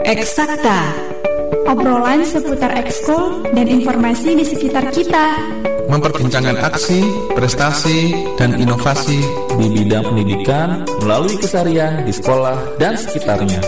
Eksakta. Obrolan seputar ekskul dan informasi di sekitar kita. Memperbincangkan aksi, prestasi, dan inovasi di bidang pendidikan melalui keseharian di sekolah dan sekitarnya.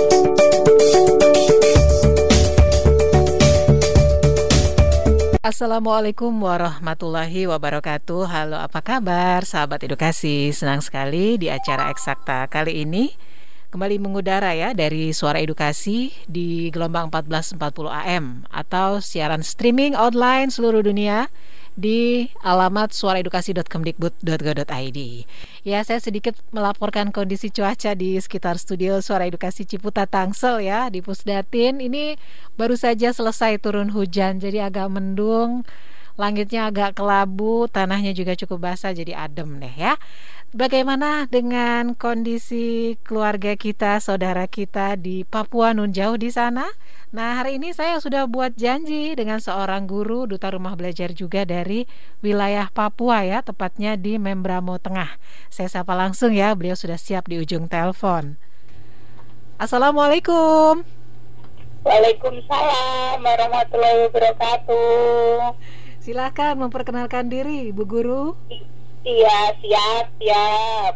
Assalamualaikum warahmatullahi wabarakatuh. Halo, apa kabar sahabat edukasi? Senang sekali di acara Eksakta kali ini kembali mengudara ya dari Suara Edukasi di gelombang 1440 AM atau siaran streaming online seluruh dunia di alamat suaraedukasi.kemdikbud.go.id. Ya, saya sedikit melaporkan kondisi cuaca di sekitar studio Suara Edukasi Ciputa Tangsel ya, di Pusdatin. Ini baru saja selesai turun hujan, jadi agak mendung, langitnya agak kelabu, tanahnya juga cukup basah, jadi adem deh ya. Bagaimana dengan kondisi keluarga kita, saudara kita di Papua Nun jauh di sana? Nah, hari ini saya sudah buat janji dengan seorang guru duta rumah belajar juga dari wilayah Papua ya, tepatnya di Membramo Tengah. Saya sapa langsung ya, beliau sudah siap di ujung telepon. Assalamualaikum. Waalaikumsalam warahmatullahi wabarakatuh. Silakan memperkenalkan diri, Bu Guru. Iya, siap.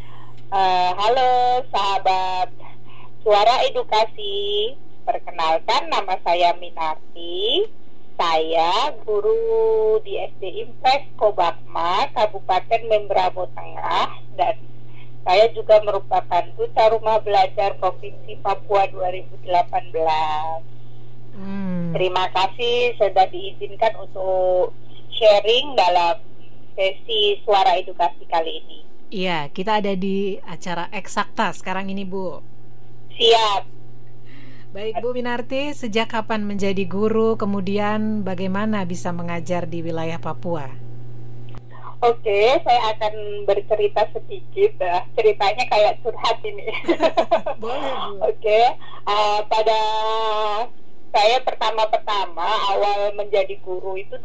Halo sahabat Suara Edukasi. Perkenalkan, nama saya Minarti. Saya guru di SD Impres Kobakma, Kabupaten Membramo Tengah, dan saya juga merupakan duta rumah belajar Provinsi Papua 2018. Terima kasih sudah diizinkan untuk sharing dalam sesi Suara Edukasi kali ini. Iya, kita ada di acara Eksakta sekarang ini, Bu. Siap. Baik, Bu Minarti, sejak kapan menjadi guru, kemudian bagaimana bisa mengajar di wilayah Papua? Oke, saya akan bercerita sedikit. Ceritanya kayak curhat ini. Boleh, Bu. Oke, pada saya pertama awal menjadi guru itu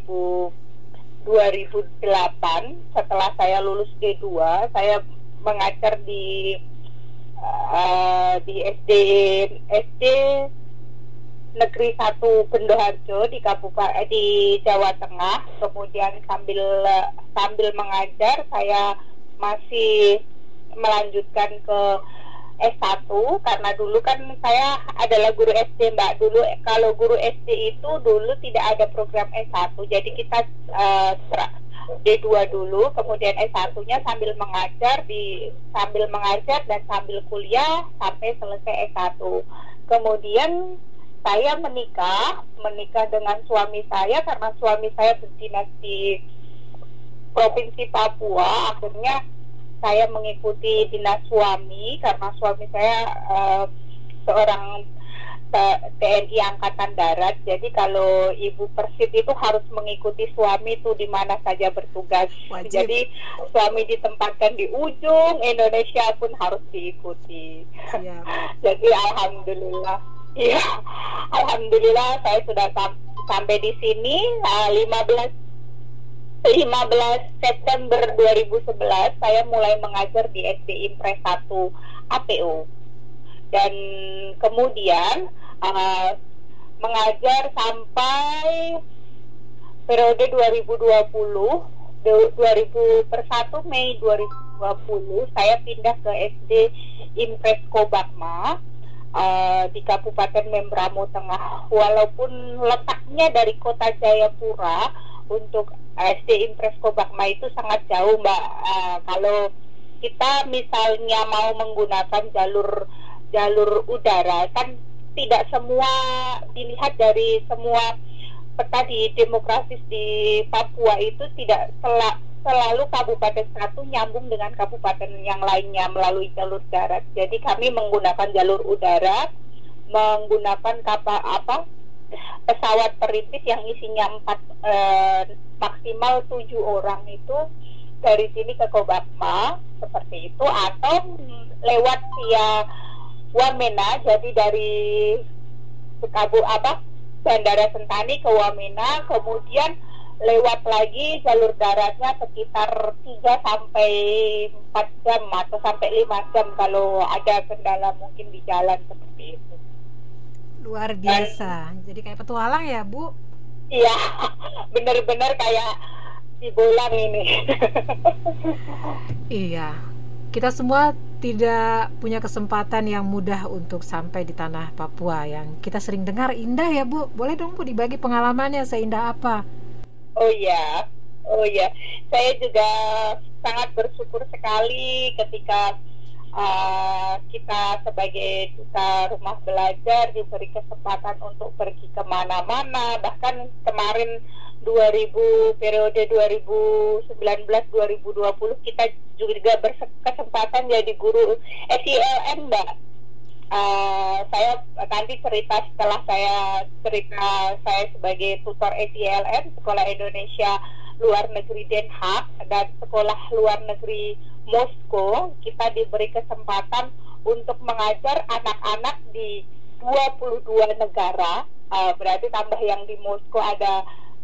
2008. Setelah saya lulus D2, saya mengajar di SD Negeri 1 Bendoharjo di Jawa Tengah. Kemudian sambil mengajar saya masih melanjutkan ke S1 karena dulu kan saya adalah guru SD, Mbak. Dulu kalau guru SD itu dulu tidak ada program S1. Jadi kita D2 dulu, kemudian S1-nya sambil mengajar dan sambil kuliah sampai selesai S1. Kemudian saya menikah dengan suami saya karena suami saya berdinas di Provinsi Papua. Akhirnya saya mengikuti dinas suami karena suami saya seorang TNI Angkatan Darat. Jadi kalau ibu Persit itu harus mengikuti suami itu di mana saja bertugas. Wajib. Jadi suami ditempatkan di ujung Indonesia pun harus diikuti. Ya. Jadi alhamdulillah saya sudah sampai di sini 15 September 2011 saya mulai mengajar di SD Impres 1 APO. Dan kemudian mengajar sampai periode 2020 Mei 2020 saya pindah ke SD Impres Kobakma di Kabupaten Membramo Tengah. Walaupun letaknya dari kota Jayapura, untuk SD Impres Kobakma itu sangat jauh, Mbak. Kalau kita misalnya mau menggunakan jalur udara, kan tidak semua dilihat dari semua peta di demokrasis di Papua itu tidak selalu kabupaten satu nyambung dengan kabupaten yang lainnya melalui jalur darat. Jadi kami menggunakan jalur udara, menggunakan pesawat perintis yang isinya maksimal 7 orang itu dari sini ke Kobakma seperti itu, atau lewat via Wamena. Jadi dari Bandara Sentani ke Wamena, kemudian lewat lagi jalur daratnya sekitar 3 sampai 4 jam atau sampai 5 jam kalau ada kendala mungkin di jalan seperti itu. Luar biasa. Jadi kayak petualang ya, Bu? Iya, benar-benar kayak di bolang ini. Iya. Kita semua tidak punya kesempatan yang mudah untuk sampai di tanah Papua yang kita sering dengar indah ya, Bu. Boleh dong, Bu, dibagi pengalamannya seindah apa? Oh ya. Saya juga sangat bersyukur sekali ketika kita sebagai duta rumah belajar diberi kesempatan untuk pergi kemana-mana. Bahkan kemarin periode 2019-2020 kita juga berkesempatan jadi guru SILM, Mbak. Saya nanti cerita setelah saya sebagai tutor SILM Sekolah Indonesia Luar Negeri Den Haag dan Sekolah Luar Negeri Moskow. Kita diberi kesempatan untuk mengajar anak-anak di 22 negara. Berarti tambah yang di Moskow ada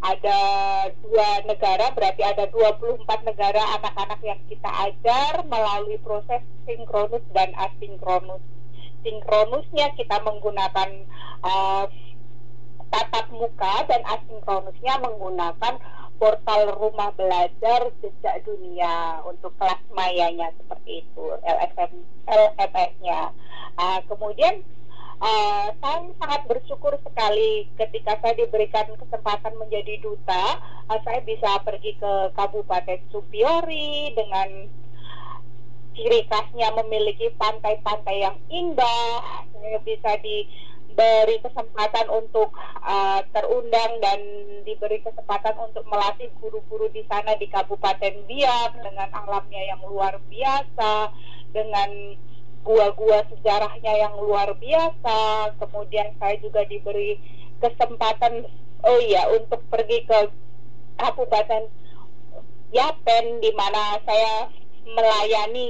2 negara, berarti ada 24 negara anak-anak yang kita ajar melalui proses sinkronus dan asinkronus. Sinkronusnya kita menggunakan tatap muka dan asinkronusnya menggunakan portal rumah belajar jejak dunia untuk kelas mayanya seperti itu, LFS-nya. Kemudian saya sangat bersyukur sekali ketika saya diberikan kesempatan menjadi duta. Saya bisa pergi ke Kabupaten Supiori dengan ciri khasnya memiliki pantai-pantai yang indah. Saya bisa diberi kesempatan untuk terundang dan diberi kesempatan untuk melatih guru-guru di sana di Kabupaten Biak dengan alamnya yang luar biasa, dengan gua-gua sejarahnya yang luar biasa. Kemudian saya juga diberi kesempatan untuk pergi ke Kabupaten Yapen, di mana saya melayani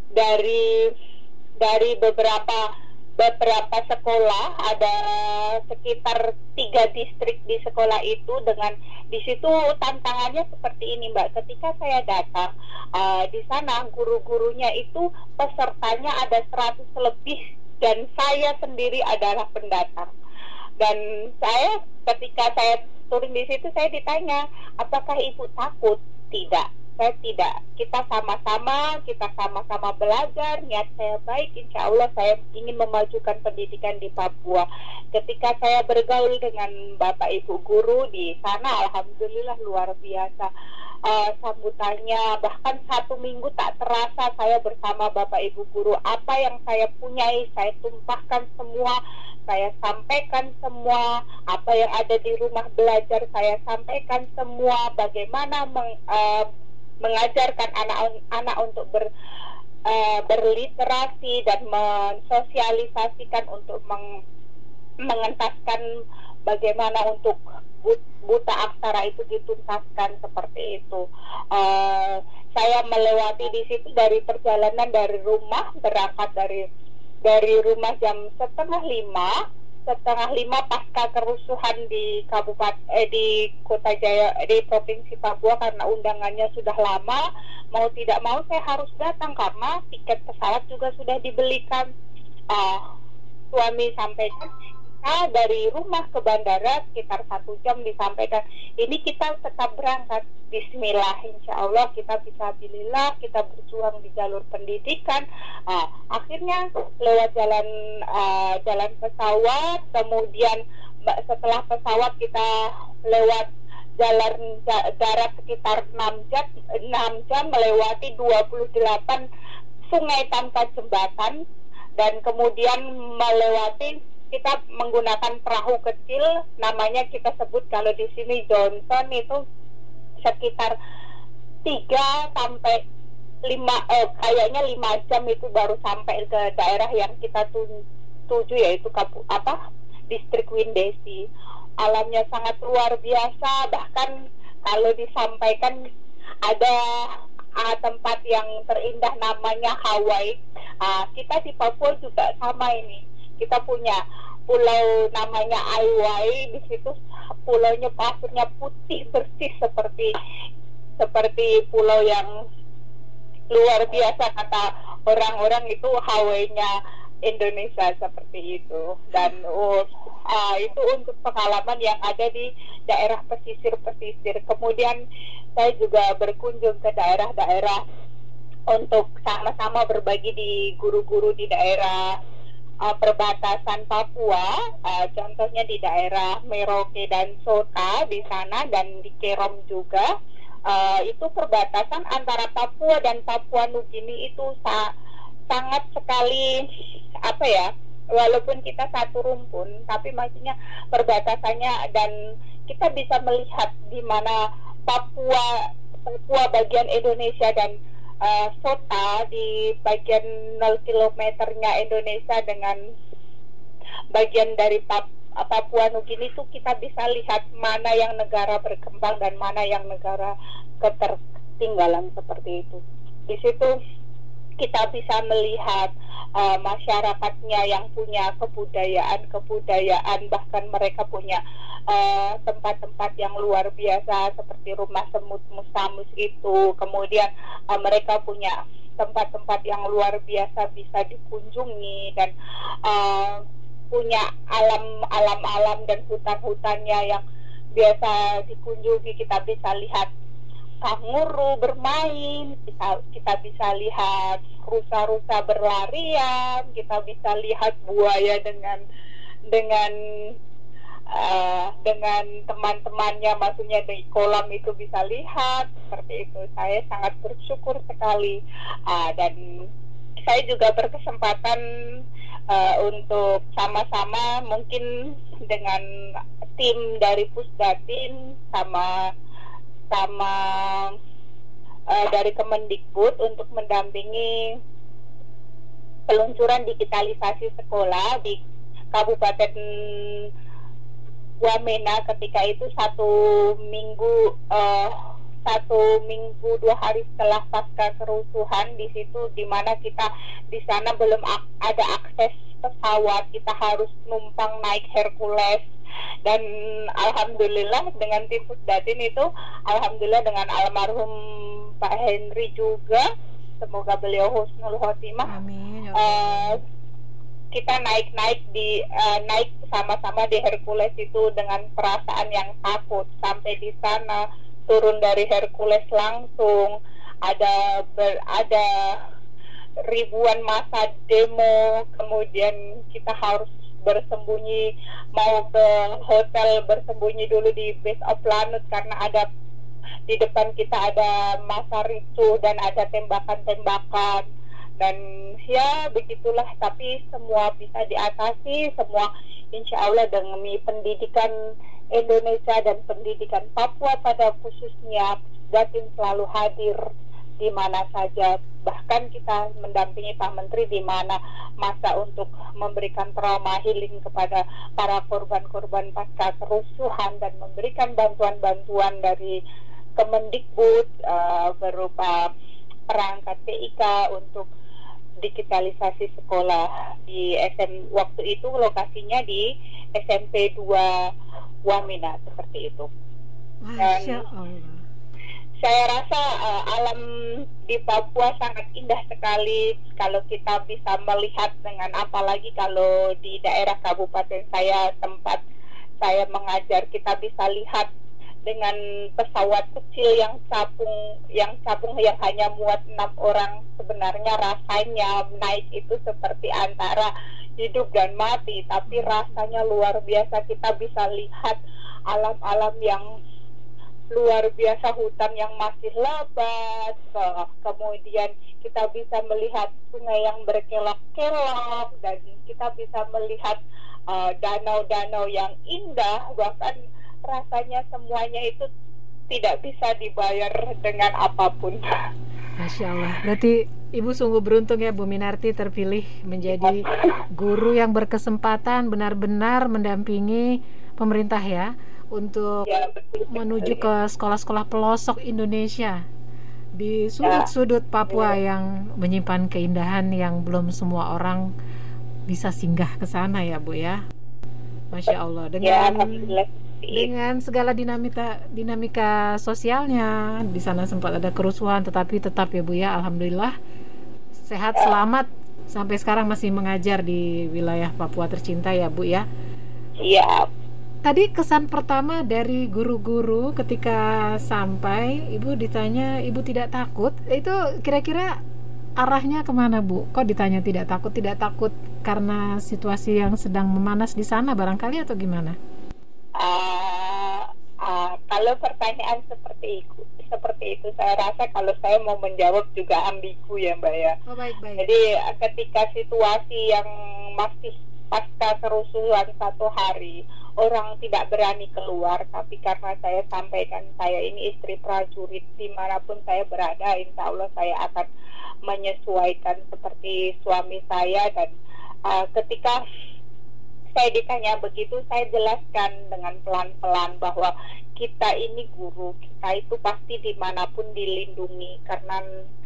dari beberapa sekolah. Ada sekitar 3 distrik di sekolah itu. Dengan di situ tantangannya seperti ini, Mbak. Ketika saya datang di sana, guru-gurunya itu pesertanya ada 100 lebih dan saya sendiri adalah pendatang. Dan ketika saya turun di situ, saya ditanya, apakah ibu takut? Tidak. Saya tidak. Kita sama-sama belajar. Niat saya baik. Insya Allah saya ingin memajukan pendidikan di Papua. Ketika saya bergaul dengan Bapak Ibu guru di sana, alhamdulillah luar biasa sambutannya. Bahkan 1 minggu tak terasa saya bersama Bapak Ibu guru. Apa yang saya punyai, saya tumpahkan semua. Saya sampaikan semua. Apa yang ada di rumah belajar, saya sampaikan semua. Bagaimana mengajarkan anak-anak untuk berliterasi dan mensosialisasikan untuk mengentaskan bagaimana untuk buta aksara itu dituntaskan seperti itu. Saya melewati di situ dari perjalanan dari rumah, berangkat dari rumah jam setengah 5 pasca kerusuhan di Kota Jaya, di Provinsi Papua, karena undangannya sudah lama. Mau tidak mau saya harus datang karena tiket pesawat juga sudah dibelikan. Suami sampaikan kita dari rumah ke bandara sekitar 1 jam, disampaikan ini kita tetap berangkat. Bismillah, insya Allah kita bisa bilillah, kita berjuang di jalur pendidikan. Akhirnya lewat jalan pesawat, kemudian setelah pesawat kita lewat jalan darat sekitar 6 jam melewati 28 sungai tanpa jembatan, dan kemudian kita menggunakan perahu kecil, namanya kita sebut kalau di sini Johnson, itu sekitar 3 sampai 5 kayaknya 5 jam itu baru sampai ke daerah yang kita tuju, yaitu distrik Windesi. Alamnya sangat luar biasa. Bahkan kalau disampaikan ada tempat yang terindah namanya Hawaii. Kita di Papua juga sama ini. Kita punya pulau namanya Aiwai. Di situ pulaunya pasirnya putih bersih seperti pulau yang luar biasa, kata orang-orang itu Hawaii-nya Indonesia seperti itu. Dan itu untuk pengalaman yang ada di daerah pesisir-pesisir. Kemudian saya juga berkunjung ke daerah-daerah untuk sama-sama berbagi di guru-guru di daerah perbatasan Papua, contohnya di daerah Merauke dan Sota di sana, dan di Kerom juga. Itu perbatasan antara Papua dan Papua Nugini itu sangat sekali, walaupun kita satu rumpun, tapi maksudnya perbatasannya, dan kita bisa melihat di mana Papua bagian Indonesia dan Sota di bagian 0 kilometernya Indonesia dengan bagian dari Papua Nugini itu kita bisa lihat mana yang negara berkembang dan mana yang negara ketertinggalan seperti itu. Di situ kita bisa melihat masyarakatnya yang punya kebudayaan, bahkan mereka punya tempat-tempat yang luar biasa seperti rumah semut musamus itu. Kemudian mereka punya tempat-tempat yang luar biasa bisa dikunjungi, dan punya alam dan hutan-hutannya yang biasa dikunjungi. Kita bisa lihat kanguru bermain, kita bisa lihat rusa-rusa berlarian, kita bisa lihat buaya dengan teman-temannya, maksudnya di kolam itu bisa lihat seperti itu. Saya sangat bersyukur sekali, dan saya juga berkesempatan untuk sama-sama mungkin dengan tim dari Pusdatin sama dari Kemendikbud untuk mendampingi peluncuran digitalisasi sekolah di Kabupaten Wamena. Ketika itu satu minggu 2 hari setelah pasca kerusuhan, di situ di mana kita di sana belum ada akses pesawat, kita harus numpang naik Hercules. Dan alhamdulillah dengan tim Pusdatin itu, alhamdulillah dengan almarhum Pak Henry juga, semoga beliau husnul khotimah. Amin. Kita naik sama-sama di Hercules itu dengan perasaan yang takut. Sampai di sana, turun dari Hercules langsung ada ribuan massa demo. Kemudian kita harus bersembunyi, mau ke hotel bersembunyi dulu di base of Lanut karena ada di depan kita ada massa ricuh dan ada tembakan-tembakan. Dan ya begitulah, tapi semua bisa diatasi, semua insya Allah demi pendidikan Indonesia dan pendidikan Papua pada khususnya. Pusdatin selalu hadir di mana saja, bahkan kita mendampingi Pak Menteri di mana masa untuk memberikan trauma healing kepada para korban-korban pasca kerusuhan dan memberikan bantuan-bantuan dari Kemendikbud berupa perangkat TIK untuk digitalisasi sekolah di waktu itu lokasinya di SMP 2 Wamena seperti itu. Masya Allah. Saya rasa alam di Papua sangat indah sekali kalau kita bisa melihat, dengan apalagi kalau di daerah kabupaten saya, tempat saya mengajar, kita bisa lihat dengan pesawat kecil yang capung yang hanya muat 6 orang. Sebenarnya rasanya naik itu seperti antara hidup dan mati, tapi rasanya luar biasa. Kita bisa lihat alam-alam yang luar biasa, hutan yang masih lebat, kemudian kita bisa melihat sungai yang berkelok-kelok, dan kita bisa melihat danau-danau yang indah. Bahkan rasanya semuanya itu tidak bisa dibayar dengan apapun. Masya Allah. Berarti Ibu sungguh beruntung ya Bu Minarti terpilih menjadi guru yang berkesempatan benar-benar mendampingi pemerintah ya, untuk menuju ke sekolah-sekolah pelosok Indonesia di sudut-sudut Papua yang menyimpan keindahan yang belum semua orang bisa singgah ke sana ya Bu ya. Masya Allah. Dengan segala dinamika sosialnya di sana, sempat ada kerusuhan, tetapi tetap ya Bu ya, alhamdulillah sehat selamat sampai sekarang masih mengajar di wilayah Papua tercinta ya Bu ya. Iya. Tadi kesan pertama dari guru-guru ketika sampai Ibu ditanya Ibu tidak takut, itu kira-kira arahnya kemana Bu? Kok ditanya tidak takut? Tidak takut karena situasi yang sedang memanas di sana barangkali atau gimana? Kalau pertanyaan seperti itu saya rasa kalau saya mau menjawab juga ambigu ya Mbak ya. Oh, baik. Jadi ketika situasi yang masih pasca kerusuhan 1 hari, orang tidak berani keluar, tapi karena saya sampaikan saya ini istri prajurit, dimanapun saya berada, insya Allah saya akan menyesuaikan seperti suami saya. Dan ketika saya ditanya begitu, saya jelaskan dengan pelan-pelan bahwa kita ini guru, kita itu pasti dimanapun dilindungi, karena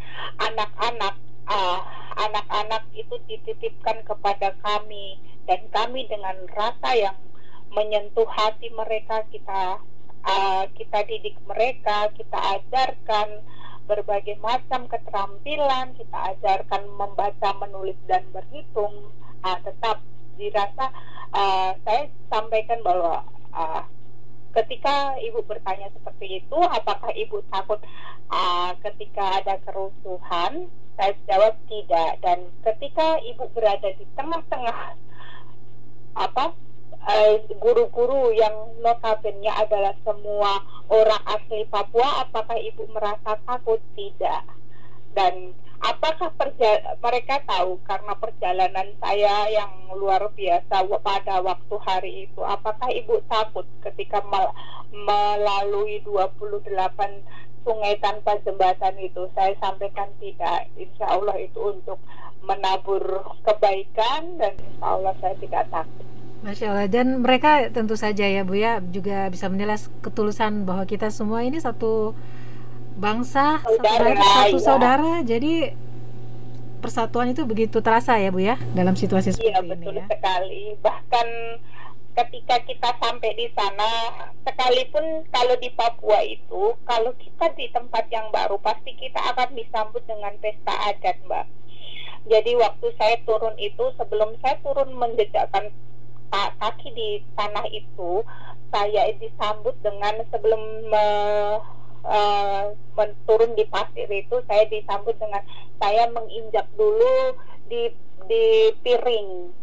anak-anak itu dititipkan kepada kami, dan kami dengan rasa yang menyentuh hati mereka, kita didik mereka, kita ajarkan berbagai macam keterampilan, kita ajarkan membaca, menulis dan berhitung. Tetap dirasa saya sampaikan bahwa ketika Ibu bertanya seperti itu, apakah Ibu takut ketika ada kerusuhan? Saya jawab tidak. Dan ketika Ibu berada di tengah-tengah guru-guru yang notabene adalah semua orang asli Papua, apakah Ibu merasa takut? Tidak. Dan apakah mereka tahu karena perjalanan saya yang luar biasa pada waktu hari itu, apakah Ibu takut ketika melalui 28 sungai tanpa jembatan itu? Saya sampaikan tidak. Insya Allah itu untuk menabur kebaikan, dan insya Allah saya tidak takut. Masya Allah. Dan mereka tentu saja ya Bu ya juga bisa menilai ketulusan bahwa kita semua ini satu bangsa, satu saudara. Jadi persatuan itu begitu terasa ya Bu ya dalam situasi seperti ini. Iya betul sekali. Bahkan ketika kita sampai di sana, sekalipun kalau di Papua itu, kalau kita di tempat yang baru, pasti kita akan disambut dengan pesta adat Mbak. Jadi waktu saya turun itu, sebelum saya turun menjejakkan kaki di tanah itu, saya disambut dengan sebelum turun di pasir itu, saya disambut dengan saya menginjak dulu di piring,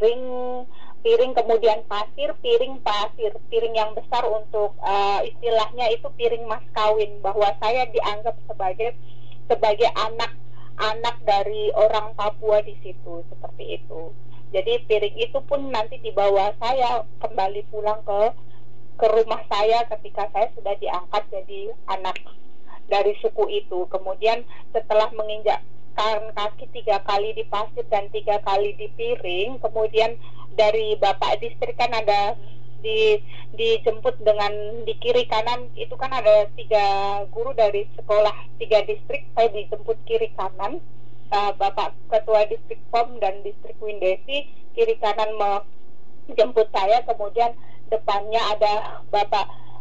kemudian pasir, piring yang besar untuk istilahnya itu piring mas kawin, bahwa saya dianggap sebagai anak dari orang Papua di situ, seperti itu. Jadi piring itu pun nanti dibawa saya kembali pulang ke rumah saya ketika saya sudah diangkat jadi anak dari suku itu. Kemudian setelah menginjakkan kaki 3 kali di pasir dan 3 kali di piring, kemudian dari Bapak distrik kan ada dijemput dengan di kiri kanan itu kan ada 3 guru dari sekolah 3 distrik, saya dijemput kiri kanan. Bapak Ketua Distrik POM dan Distrik Windesi kiri kanan menjemput saya, kemudian depannya ada Bapak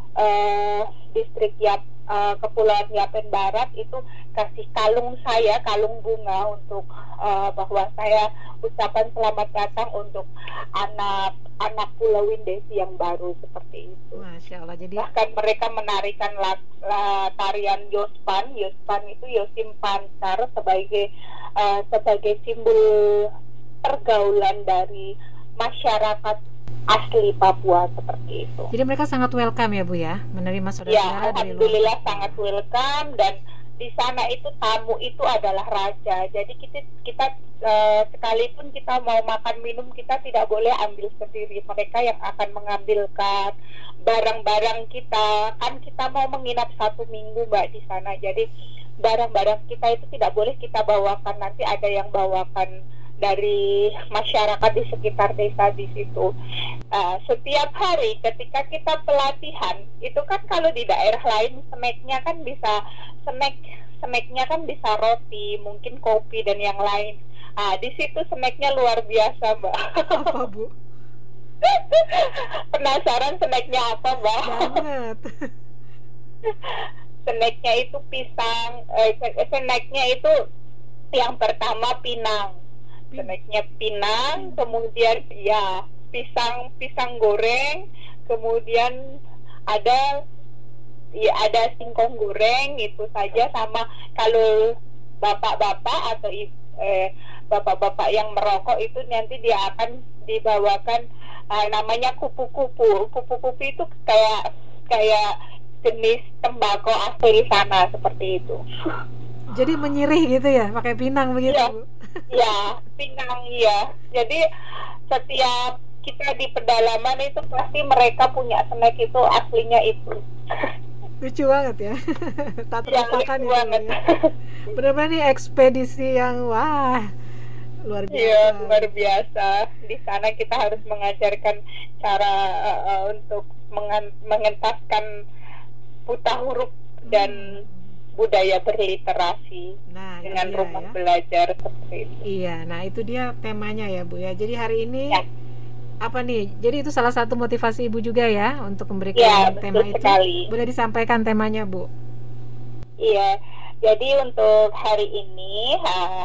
Distrik Kepulauan Yapen Barat itu kasih kalung bunga untuk bahwa saya ucapan selamat datang untuk anak Pulau Windesi yang baru, seperti itu. Masya Allah. Jadi bahkan mereka menarikan tarian Yospan itu Yosim Pancar sebagai simbol pergaulan dari masyarakat asli Papua, seperti itu. Jadi mereka sangat welcome ya Bu ya, menerima saudara-saudara ya, dari luar. Alhamdulillah sangat welcome. Dan di sana itu tamu itu adalah raja. Jadi kita sekalipun kita mau makan minum, kita tidak boleh ambil sendiri. Mereka yang akan mengambilkan barang-barang kita. Kan kita mau menginap 1 minggu Mbak di sana. Jadi barang-barang kita itu tidak boleh kita bawakan. Nanti ada yang bawakan dari masyarakat di sekitar desa di situ. Setiap hari ketika kita pelatihan itu kan, kalau di daerah lain snacknya kan bisa snacknya kan bisa roti, mungkin kopi dan yang lain. Di situ snacknya luar biasa Mbak. Apa Bu? Penasaran snacknya apa Mbak? Banget. Snacknya itu pisang. Snacknya itu yang pertama pinang. snacknya pinang, kemudian ya pisang goreng, kemudian ada singkong goreng, itu saja. Sama kalau bapak-bapak atau bapak-bapak yang merokok itu nanti dia akan dibawakan namanya kupu-kupu. Kupu-kupu itu kayak jenis tembakau asli sana, seperti itu. Jadi menyirih gitu ya, pakai pinang begitu, ya, Bu? Ya, pinang ya. Jadi setiap kita di pedalaman itu pasti mereka punya snack itu aslinya itu. Lucu banget ya. Tak terlupakan itu banget. Ya. Benar-benar nih ekspedisi yang wah luar biasa. Iya, luar biasa. Di sana kita harus mengajarkan cara untuk mengentaskan buta huruf dan budaya berliterasi dengan rumah belajar seperti itu. Iya, nah itu dia temanya ya, Bu ya. Jadi hari ini apa nih? Jadi itu salah satu motivasi Ibu juga ya untuk memberikan tema itu. Sekali. Boleh disampaikan temanya, Bu? Iya. Jadi untuk hari ini,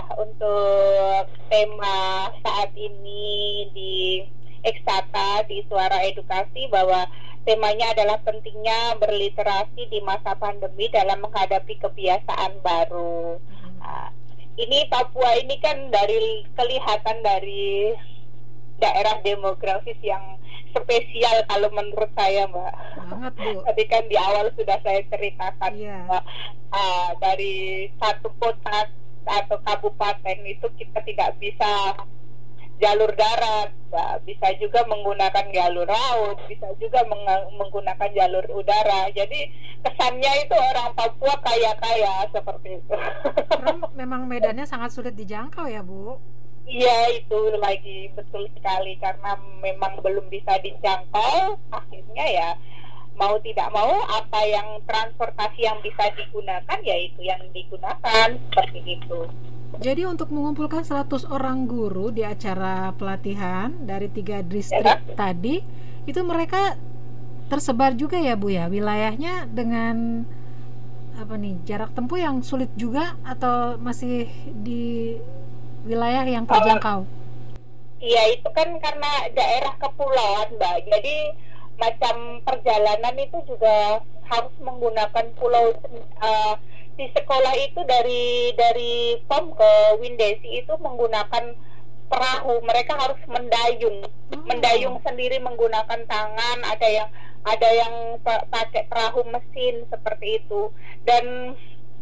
untuk tema saat ini di Eksata di Suara Edukasi, bahwa temanya adalah pentingnya berliterasi di masa pandemi dalam menghadapi kebiasaan baru. Ini Papua ini kan kelihatan dari daerah demografis yang spesial kalau menurut saya, Mbak. Banget, Bu. Tadi kan di awal sudah saya ceritakan, Mbak, dari satu kota atau kabupaten itu kita tidak bisa jalur darat, bisa juga menggunakan jalur laut, bisa juga menggunakan jalur udara. Jadi kesannya itu orang Papua kaya-kaya seperti itu. Karena memang medannya sangat sulit dijangkau ya, Bu. Iya, itu lagi betul sekali, karena memang belum bisa dijangkau. Akhirnya ya mau tidak mau apa yang transportasi yang bisa digunakan ya itu yang digunakan, seperti itu. Jadi untuk mengumpulkan 100 orang guru di acara pelatihan dari 3 distrik tadi, itu mereka tersebar juga ya, Bu ya, wilayahnya dengan apa nih, jarak tempuh yang sulit juga atau masih di wilayah yang terjangkau? Iya, itu kan karena daerah kepulauan, Mbak. Jadi macam perjalanan itu juga harus menggunakan pulau. Di sekolah itu dari POM ke Windesi itu menggunakan perahu. Mereka harus mendayung sendiri menggunakan tangan. Ada yang pakai perahu mesin seperti itu. Dan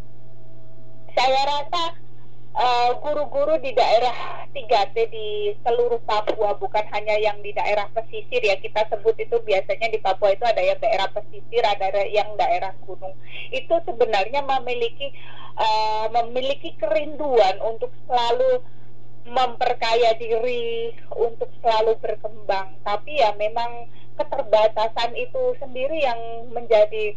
saya rasa guru-guru di daerah 3T di seluruh Papua, bukan hanya yang di daerah pesisir ya, kita sebut itu biasanya di Papua itu ada yang daerah pesisir, ada yang daerah gunung. Itu sebenarnya memiliki kerinduan untuk selalu memperkaya diri, untuk selalu berkembang. Tapi ya memang keterbatasan itu sendiri yang menjadi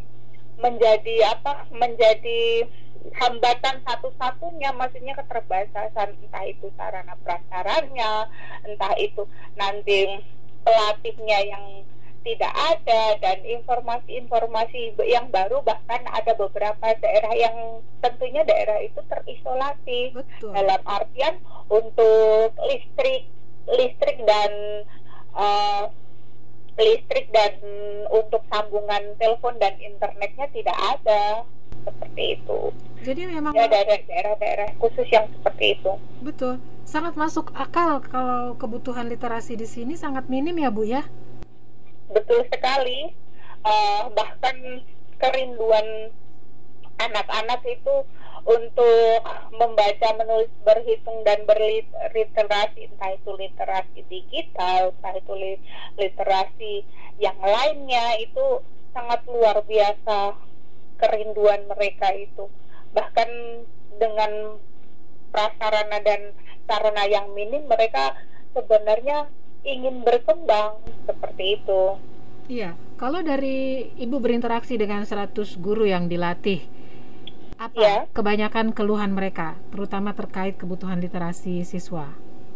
hambatan satu-satunya, maksudnya keterbatasan, entah itu sarana prasaranya, entah itu nanti pelatihnya yang tidak ada, dan informasi-informasi yang baru. Bahkan ada beberapa daerah yang tentunya daerah itu terisolasi. Betul. Dalam artian untuk listrik dan untuk sambungan telepon dan internetnya tidak ada, seperti itu. Jadi memang ya, ada daerah-daerah khusus yang seperti itu. Betul, sangat masuk akal kalau kebutuhan literasi di sini sangat minim ya, Bu ya. Betul sekali. Bahkan kerinduan anak-anak itu untuk membaca, menulis, berhitung dan berliterasi, entah itu literasi digital, entah itu literasi yang lainnya, itu sangat luar biasa kerinduan mereka itu. Bahkan dengan prasarana dan sarana yang minim, mereka sebenarnya ingin berkembang, seperti itu. Iya, kalau dari Ibu berinteraksi dengan 100 guru yang dilatih, apa kebanyakan keluhan mereka, terutama terkait kebutuhan literasi siswa?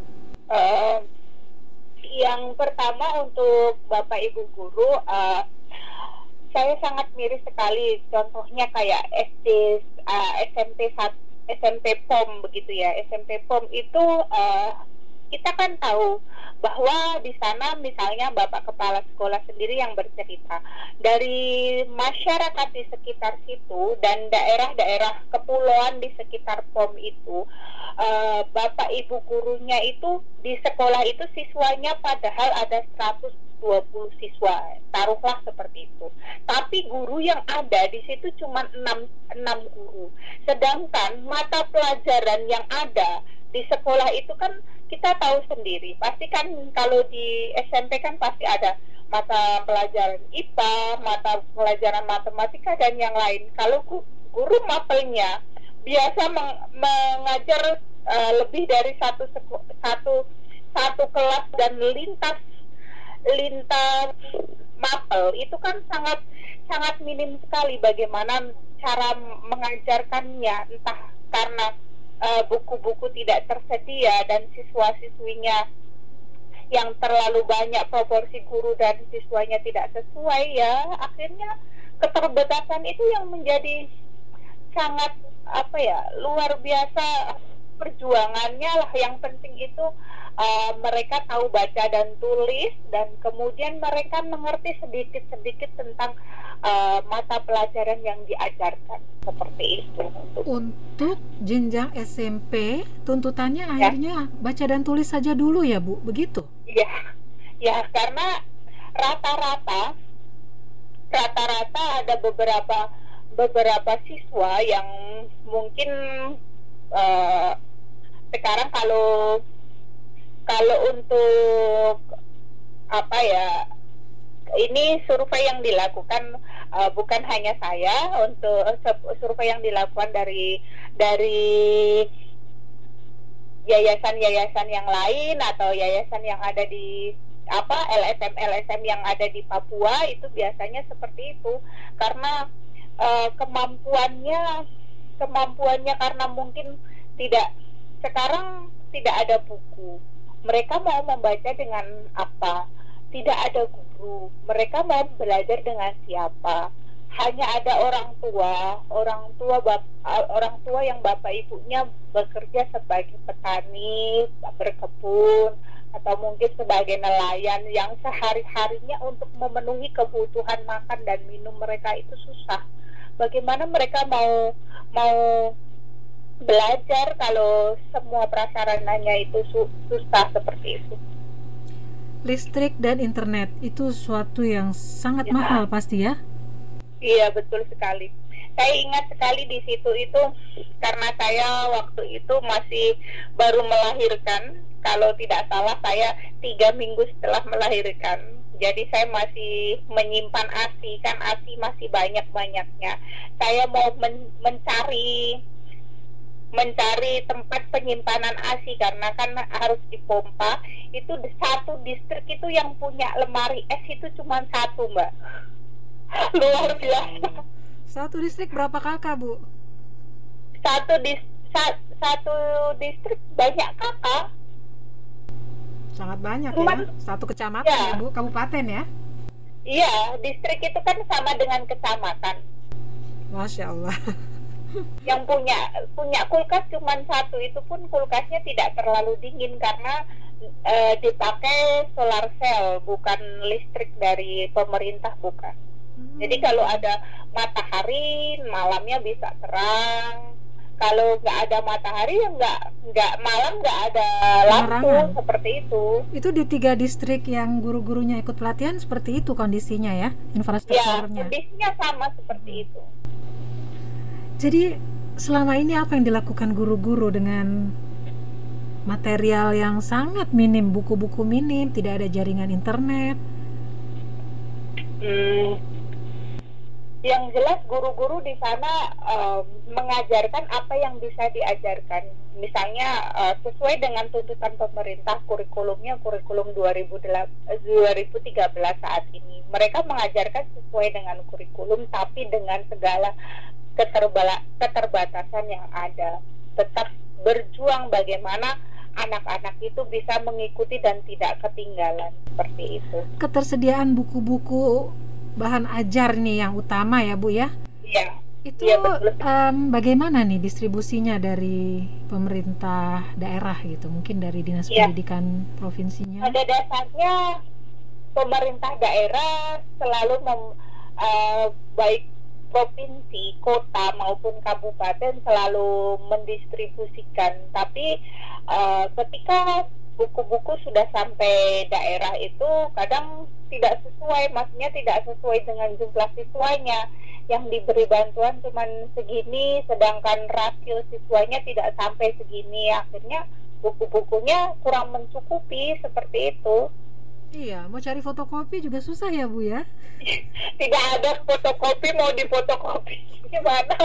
Yang pertama untuk Bapak Ibu guru, saya sangat miris sekali. Contohnya kayak SMP POM begitu ya. SMP POM itu kita kan tahu bahwa di sana misalnya Bapak Kepala Sekolah sendiri yang bercerita dari masyarakat di sekitar situ dan daerah-daerah kepulauan di sekitar POM itu, Bapak Ibu gurunya itu di sekolah itu siswanya padahal ada 120 siswa, taruhlah seperti itu. Tapi guru yang ada di situ cuma 6 guru. Sedangkan mata pelajaran yang ada di sekolah itu kan kita tahu sendiri, pasti kan kalau di SMP kan pasti ada mata pelajaran IPA, mata pelajaran matematika dan yang lain. Kalau guru mapelnya biasa mengajar lebih dari satu kelas dan lintas mapel itu kan sangat minim sekali bagaimana cara mengajarkannya, entah karena buku-buku tidak tersedia dan siswa-siswinya yang terlalu banyak, proporsi guru dan siswanya tidak sesuai, ya akhirnya keterbatasan itu yang menjadi sangat luar biasa perjuangannya lah. Yang penting itu mereka tahu baca dan tulis dan kemudian mereka mengerti sedikit-sedikit tentang mata pelajaran yang diajarkan, seperti itu. Untuk jenjang SMP tuntutannya akhirnya baca dan tulis saja dulu ya Bu, begitu? Ya karena rata-rata ada beberapa siswa yang mungkin sekarang kalau untuk ini survei yang dilakukan bukan hanya saya, untuk survei yang dilakukan dari yayasan-yayasan yang lain atau yayasan yang ada di LSM yang ada di Papua itu biasanya seperti itu, karena kemampuannya karena mungkin sekarang tidak ada buku, mereka mau membaca dengan apa? Tidak ada guru, mereka mau belajar dengan siapa? Hanya ada orang tua yang bapak ibunya bekerja sebagai petani, berkebun, atau mungkin sebagai nelayan yang sehari-harinya untuk memenuhi kebutuhan makan dan minum mereka itu susah. Bagaimana mereka mau belajar kalau semua prasarananya itu susah seperti itu? Listrik dan internet itu suatu yang sangat mahal pasti ya? Iya, betul sekali. Saya ingat sekali di situ itu karena saya waktu itu masih baru melahirkan. Kalau tidak salah saya 3 minggu setelah melahirkan. Jadi saya masih menyimpan ASI, kan ASI masih banyak-banyaknya. Saya mau mencari tempat penyimpanan ASI karena kan harus dipompa. Itu satu distrik itu yang punya lemari es itu cuma 1, Mbak. Luar biasa. Satu distrik berapa kakak, Bu? Satu distrik banyak kakak. Sangat banyak ya. Satu kecamatan ya, Bu, kabupaten ya? Iya, distrik itu kan sama dengan kecamatan. Masya Allah. Yang punya kulkas cuma 1, itu pun kulkasnya tidak terlalu dingin karena dipakai solar cell, bukan listrik dari pemerintah, bukan. Jadi kalau ada matahari malamnya bisa terang. Kalau nggak ada matahari ya nggak malam nggak ada lampu, seperti itu. Itu di 3 distrik yang guru-gurunya ikut pelatihan seperti itu kondisinya ya, infrastrukturnya. Ya, kondisinya sama seperti itu. Jadi selama ini apa yang dilakukan guru-guru dengan material yang sangat minim, buku-buku minim, tidak ada jaringan internet? Yang jelas guru-guru di sana mengajarkan apa yang bisa diajarkan. Misalnya sesuai dengan tuntutan pemerintah, kurikulumnya kurikulum 2013 saat ini. Mereka mengajarkan sesuai dengan kurikulum, tapi dengan segala keterbatasan yang ada. Tetap berjuang bagaimana anak-anak itu bisa mengikuti dan tidak ketinggalan, seperti itu. Ketersediaan buku-buku bahan ajar nih yang utama ya, Bu ya? Iya. Itu Iya, betul. bagaimana nih distribusinya dari pemerintah daerah gitu? Mungkin dari Dinas Iya. Pendidikan provinsinya? Pada dasarnya pemerintah daerah selalu baik provinsi, kota maupun kabupaten selalu mendistribusikan. Tapi ketika buku-buku sudah sampai daerah itu kadang tidak sesuai, maksudnya tidak sesuai dengan jumlah siswanya. Yang diberi bantuan cuma segini, sedangkan rasio siswanya tidak sampai segini. Akhirnya buku-bukunya kurang mencukupi, seperti itu. Iya, mau cari fotokopi juga susah ya Bu ya? Tidak ada fotokopi, mau difotokopi gimana?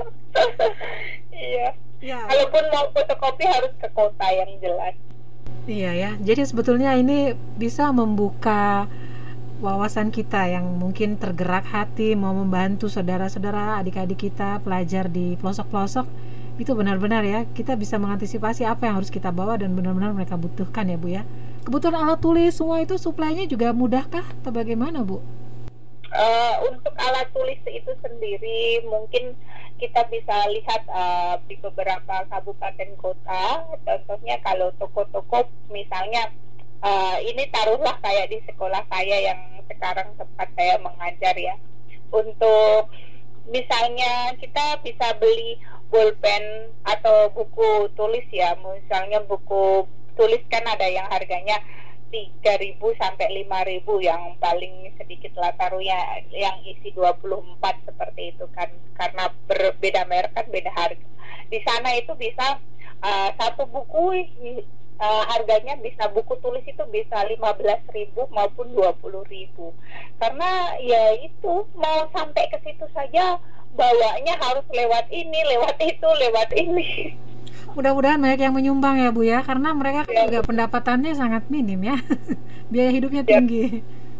Iya. Ya. Kalaupun mau fotokopi harus ke kota yang jelas. Iya ya. Jadi sebetulnya ini bisa membuka wawasan kita yang mungkin tergerak hati mau membantu saudara-saudara, adik-adik kita, pelajar di pelosok-pelosok. Itu benar-benar ya, kita bisa mengantisipasi apa yang harus kita bawa dan benar-benar mereka butuhkan ya Bu ya. Kebutuhan alat tulis semua itu suplainya juga mudahkah atau bagaimana Bu? Untuk alat tulis itu sendiri mungkin kita bisa lihat di beberapa kabupaten kota. Contohnya kalau toko-toko misalnya ini taruhlah kayak di sekolah saya yang sekarang tempat saya mengajar ya. Untuk misalnya kita bisa beli bolpen atau buku tulis ya. Misalnya buku tulis kan ada yang harganya 3.000 sampai 5.000, yang paling sedikit lah taruhnya yang isi 24 seperti itu kan, karena berbeda merek kan beda harga. Di sana itu bisa satu buku harganya bisa, buku tulis itu bisa 15.000 maupun 20.000. Karena ya itu mau sampai ke situ saja bawanya harus lewat ini, lewat itu, lewat ini. Mudah-mudahan banyak yang menyumbang ya Bu ya, karena mereka kan juga pendapatannya sangat minim ya. Biaya hidupnya tinggi.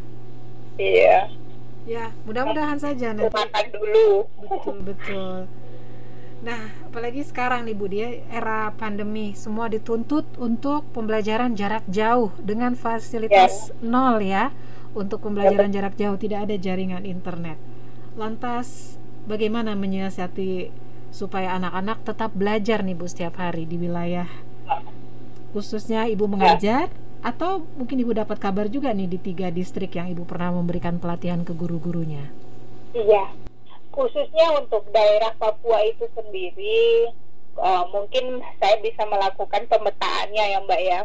Iya. Ya, mudah-mudahan saja nanti. Makan dulu. Betul. Nah, apalagi sekarang nih Bu, dia era pandemi, semua dituntut untuk pembelajaran jarak jauh dengan fasilitas nol ya. Untuk pembelajaran jarak jauh, tidak ada jaringan internet. Lantas bagaimana menyiasati supaya anak-anak tetap belajar nih Bu setiap hari di wilayah khususnya Ibu mengajar, atau mungkin Ibu dapat kabar juga nih di 3 distrik yang Ibu pernah memberikan pelatihan ke guru-gurunya? Iya, khususnya untuk daerah Papua itu sendiri, mungkin saya bisa melakukan pemetaannya ya Mbak ya.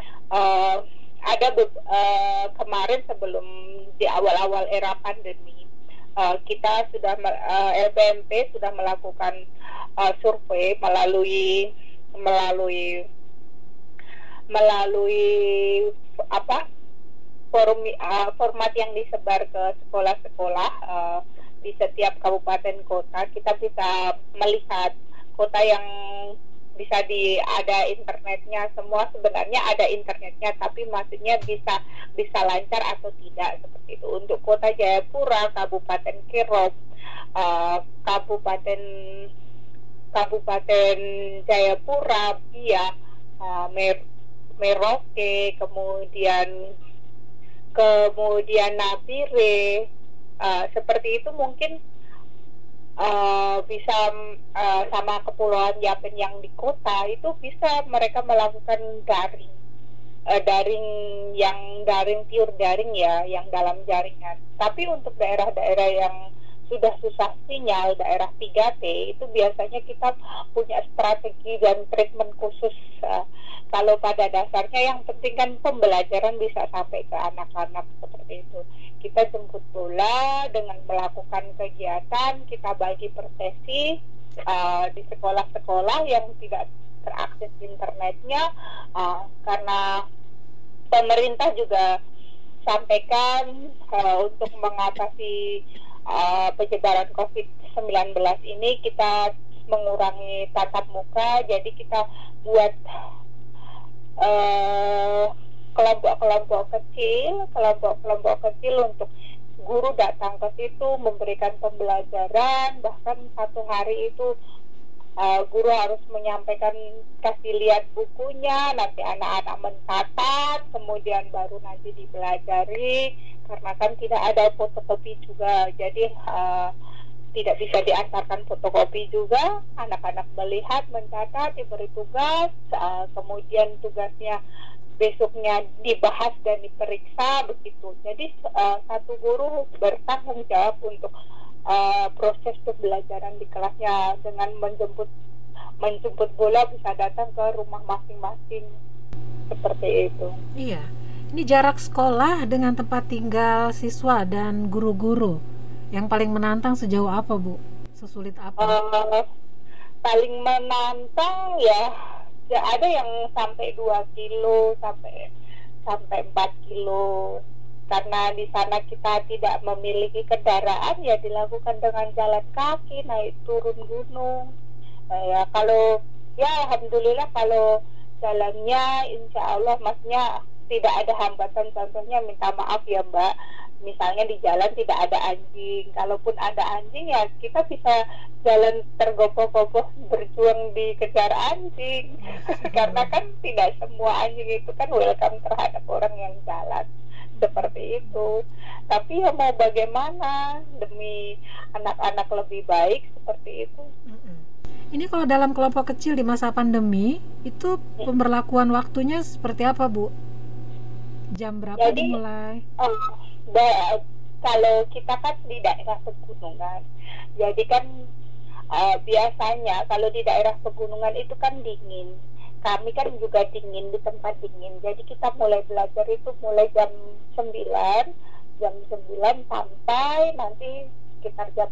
Ada kemarin sebelum di awal-awal era pandemi, kita sudah LPMP sudah melakukan survei melalui format yang disebar ke sekolah-sekolah di setiap kabupaten kota. Kita bisa melihat kota yang bisa ada internetnya, semua sebenarnya ada internetnya, tapi maksudnya bisa lancar atau tidak, seperti itu. Untuk kota Jayapura, Kabupaten Kirop, Kabupaten Jayapura, Bia, Merauke, kemudian Nabire, seperti itu mungkin bisa sama Kepulauan Yapen yang di kota itu bisa mereka melakukan daring pure daring ya, yang dalam jaringan. Tapi untuk daerah-daerah yang sudah susah sinyal, daerah 3T, itu biasanya kita punya strategi dan treatment khusus. Kalau pada dasarnya yang penting kan pembelajaran bisa sampai ke anak-anak, seperti itu. Kita jemput bola dengan melakukan kegiatan, kita bagi per sesi di sekolah-sekolah yang tidak terakses internetnya, karena pemerintah juga sampaikan untuk mengatasi penyebaran COVID-19 ini kita mengurangi tatap muka, jadi kita buat kelompok-kelompok kecil untuk guru datang ke situ memberikan pembelajaran. Bahkan satu hari itu guru harus menyampaikan, kasih lihat bukunya, nanti anak-anak mencatat, kemudian baru nanti dipelajari, karena kan tidak ada fotokopi juga. Jadi tidak bisa diantarkan fotokopi juga. Anak-anak melihat, mencatat, diberi tugas, kemudian tugasnya besoknya dibahas dan diperiksa begitu. Jadi satu guru bertanggung jawab untuk proses pembelajaran di kelasnya dengan menjemput bola bisa datang ke rumah masing-masing seperti itu. Iya. Ini jarak sekolah dengan tempat tinggal siswa dan guru-guru yang paling menantang sejauh apa, Bu? Sesulit apa? Paling menantang ya ada yang sampai 2 kilo sampai 4 kilo. Karena di sana kita tidak memiliki kendaraan, ya dilakukan dengan jalan kaki, naik turun gunung. Ya kalau ya alhamdulillah kalau jalannya insya Allah maksudnya tidak ada hambatan. Contohnya minta maaf ya Mbak, misalnya di jalan tidak ada anjing. Kalaupun ada anjing ya kita bisa jalan tergopoh-gopoh berjuang dikejar anjing. Karena kan tidak semua anjing itu kan welcome terhadap orang yang jalan seperti itu. Tapi ya mau bagaimana, demi anak-anak lebih baik seperti itu. Ini kalau dalam kelompok kecil di masa pandemi itu pemberlakuan waktunya seperti apa, Bu? Jam berapa dimulai? Kalau kita kan di daerah pegunungan, jadi kan biasanya kalau di daerah pegunungan itu kan dingin. Kami kan juga dingin, di tempat dingin. Jadi kita mulai belajar itu mulai jam 9 sampai nanti sekitar jam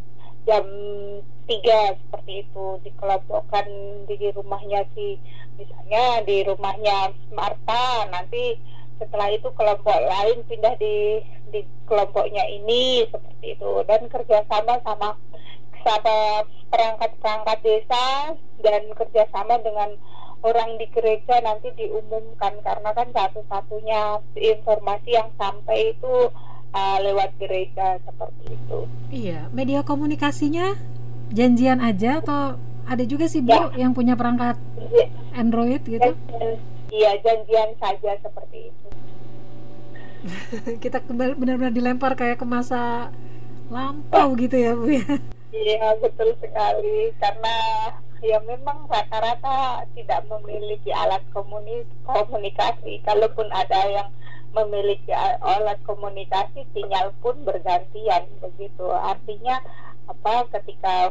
3 seperti itu. Dikelompokkan di rumahnya misalnya di rumahnya Marta, nanti setelah itu kelompok lain pindah di kelompoknya ini seperti itu. Dan kerjasama sama perangkat desa dan kerjasama dengan orang di gereja nanti diumumkan, karena kan satu-satunya informasi yang sampai itu lewat gereja seperti itu. Iya, media komunikasinya janjian aja atau ada juga sih Bu yang punya perangkat Android gitu? Iya, janjian saja seperti itu. Kita kembali benar-benar dilempar kayak ke masa lampau gitu ya Bu ya. Iya, betul sekali, karena ya memang rata-rata tidak memiliki alat komunikasi. Kalaupun ada yang memiliki alat komunikasi, sinyal pun bergantian begitu. Artinya ketika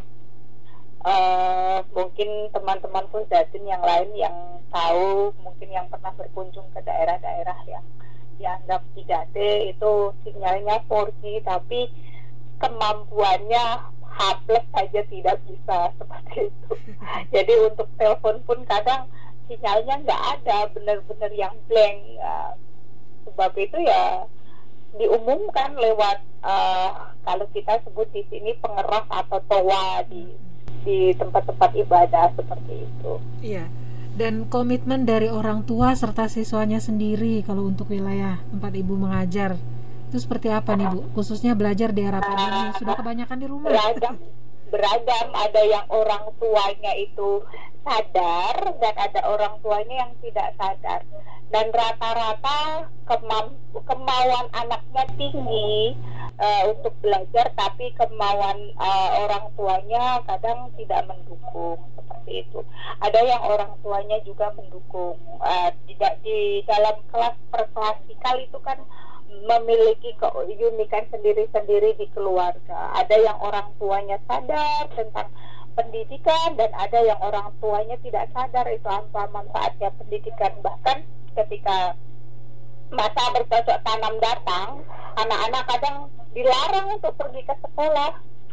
mungkin teman-teman Pusdatin yang lain yang tahu, mungkin yang pernah berkunjung ke daerah-daerah yang dianggap 3T itu sinyalnya 4G, tapi kemampuannya H+ saja tidak bisa seperti itu. Jadi untuk telepon pun kadang sinyalnya nggak ada, benar-benar yang blank. Sebab itu ya diumumkan lewat kalau kita sebut di sini pengeras atau toa di tempat-tempat ibadah seperti itu. Iya. Dan komitmen dari orang tua serta siswanya sendiri kalau untuk wilayah tempat Ibu mengajar itu seperti apa nih Bu? Khususnya belajar di era pandemi, sudah kebanyakan di rumah. Beragam, ada yang orang tuanya itu sadar dan ada orang tuanya yang tidak sadar. Dan rata-rata kemauan anaknya tinggi untuk belajar, tapi kemauan orang tuanya kadang tidak mendukung seperti itu. Ada yang orang tuanya juga mendukung. Di dalam kelas perklasikal itu kan memiliki keunikan sendiri-sendiri di keluarga. Ada yang orang tuanya sadar tentang pendidikan dan ada yang orang tuanya tidak sadar itu apa manfaatnya pendidikan. Bahkan ketika masa bercocok tanam datang, anak-anak kadang dilarang untuk pergi ke sekolah.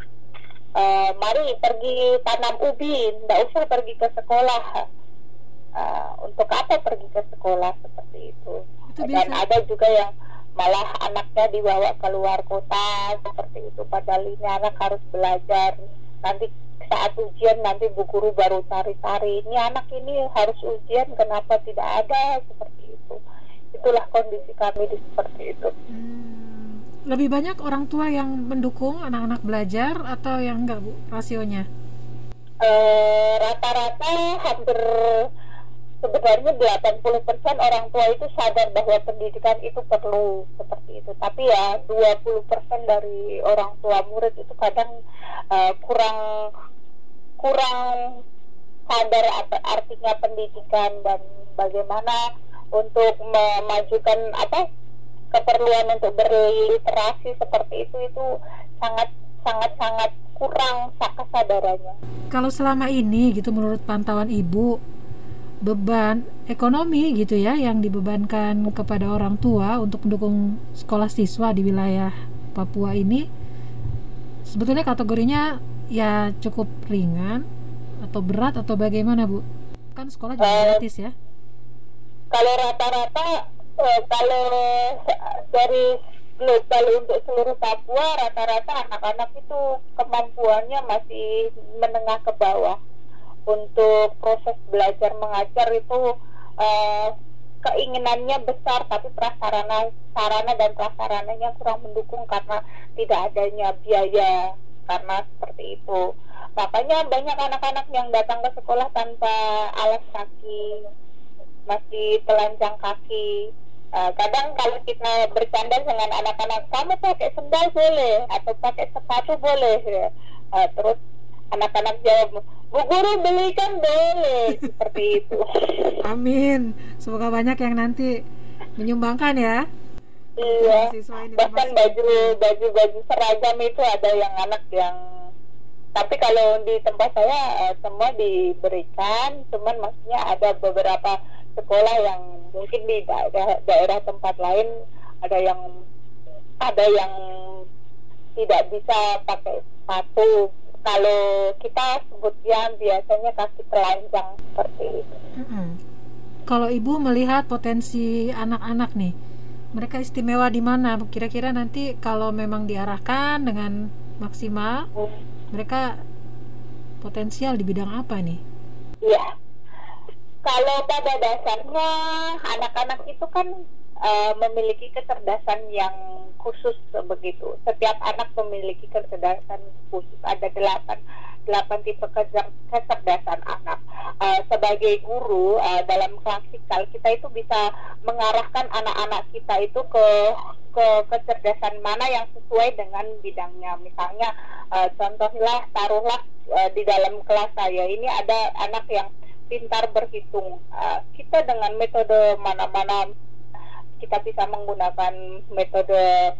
Mari pergi tanam ubi, tidak usah pergi ke sekolah. Untuk apa pergi ke sekolah seperti itu? Dan ada juga yang malah anaknya dibawa keluar kota seperti itu, padahal ini anak harus belajar. Nanti saat ujian nanti bu guru baru cari-cari, ini anak ini harus ujian, kenapa tidak ada, seperti itu. Itulah kondisi kami seperti itu. Lebih banyak orang tua yang mendukung anak-anak belajar atau yang enggak Bu, rasionya? Rata-rata hampir sebenarnya 80% orang tua itu sadar bahwa pendidikan itu perlu seperti itu. Tapi ya 20% dari orang tua murid itu kadang kurang sadar artinya pendidikan dan bagaimana untuk memajukan keperluan untuk berliterasi seperti itu sangat kurang kesadarannya. Kalau selama ini gitu menurut pantauan Ibu, beban ekonomi gitu ya yang dibebankan kepada orang tua untuk mendukung sekolah siswa di wilayah Papua ini sebetulnya kategorinya ya cukup ringan atau berat atau bagaimana, Bu? Kan sekolah juga gratis ya. Kalau rata-rata kalau dari global untuk seluruh Papua, rata-rata anak-anak itu kemampuannya masih menengah ke bawah. Untuk proses belajar mengajar itu keinginannya besar, tapi sarana dan prasarananya kurang mendukung karena tidak adanya biaya, karena seperti itu. Makanya banyak anak-anak yang datang ke sekolah tanpa alas kaki, masih telanjang kaki. Kadang kalau kita bercanda dengan anak-anak, kamu pakai sendal boleh atau pakai sepatu boleh, terus anak-anak jawab, Bu Guru belikan boleh, seperti itu. Amin. Semoga banyak yang nanti menyumbangkan ya. Iya. Bahkan baju seragam itu ada yang anak yang, tapi kalau di tempat saya semua diberikan, cuman maksudnya ada beberapa sekolah yang mungkin di daerah tempat lain ada yang tidak bisa pakai sepatu. Kalau kita sebutnya biasanya kaki telanjang seperti itu. Kalau Ibu melihat potensi anak-anak nih, mereka istimewa di mana? Kira-kira nanti kalau memang diarahkan dengan maksimal, mereka potensial di bidang apa nih? Iya. Kalau pada dasarnya anak-anak itu kan memiliki kecerdasan yang khusus begitu. Setiap anak memiliki kecerdasan khusus. Ada 8 tipe kecerdasan anak. Sebagai guru dalam klasikal, kita itu bisa mengarahkan anak-anak kita itu ke kecerdasan mana yang sesuai dengan bidangnya. Misalnya taruhlah di dalam kelas saya ini ada anak yang pintar berhitung. Kita dengan metode mana-mana, kita bisa menggunakan metode